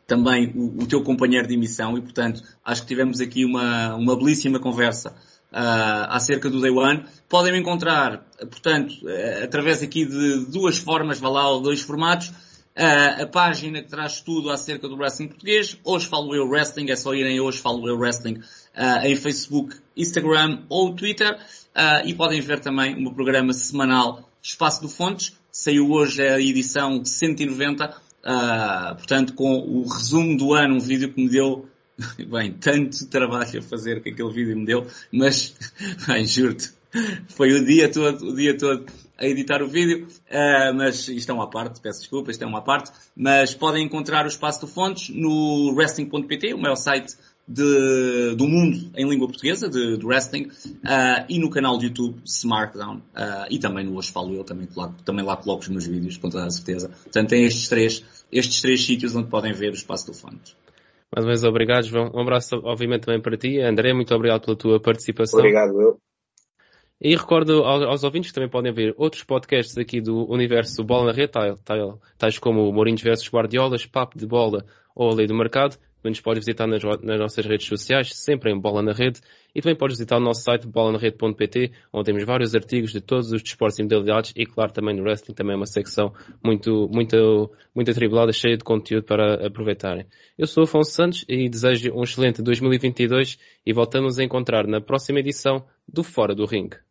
também o, o teu companheiro de emissão e, portanto, acho que tivemos aqui uma, uma belíssima conversa uh, acerca do Day One. Podem me encontrar, portanto, uh, através aqui de duas formas, vá lá, ou dois formatos. Uh, a página que traz tudo acerca do wrestling português. Hoje Falo Eu Wrestling, é só irem Hoje Falo Eu Wrestling uh, em Facebook, Instagram ou Twitter. Uh, e podem ver também o meu programa semanal Espaço do Fontes. Saiu hoje a edição cento e noventa, uh, portanto com o resumo do ano, um vídeo que me deu, bem, tanto trabalho a fazer que aquele vídeo me deu, mas, bem, juro-te, foi o dia todo, o dia todo a editar o vídeo, uh, mas isto é uma parte, peço desculpa, isto é uma parte, mas podem encontrar o Espaço do Fontes no wrestling ponto pt, o maior site de, do mundo em língua portuguesa, de, de wrestling, uh, e no canal de YouTube Smartdown, uh, e também no Hoje Falo Eu, também lá, também lá coloco os meus vídeos, com toda a certeza. Portanto, tem estes três, estes três sítios onde podem ver o Espaço do Fontes. Mais uma vez, obrigado, João. Um abraço, obviamente, também para ti. André, muito obrigado pela tua participação. Obrigado, eu. E recordo aos ouvintes que também podem ver outros podcasts aqui do universo Bola na Rede, tais como o Mourinhos versus Guardiolas, Papo de Bola ou a Lei do Mercado. Também nos pode visitar nas, nas nossas redes sociais, sempre em Bola na Rede. E também podes visitar o nosso site bola na rede ponto pt, onde temos vários artigos de todos os desportos e modalidades e, claro, também no wrestling, também é uma secção muito, muito, muito atribulada, cheia de conteúdo para aproveitarem. Eu sou o Afonso Santos e desejo um excelente dois mil e vinte e dois e voltamos a encontrar na próxima edição do Fora do Ringue.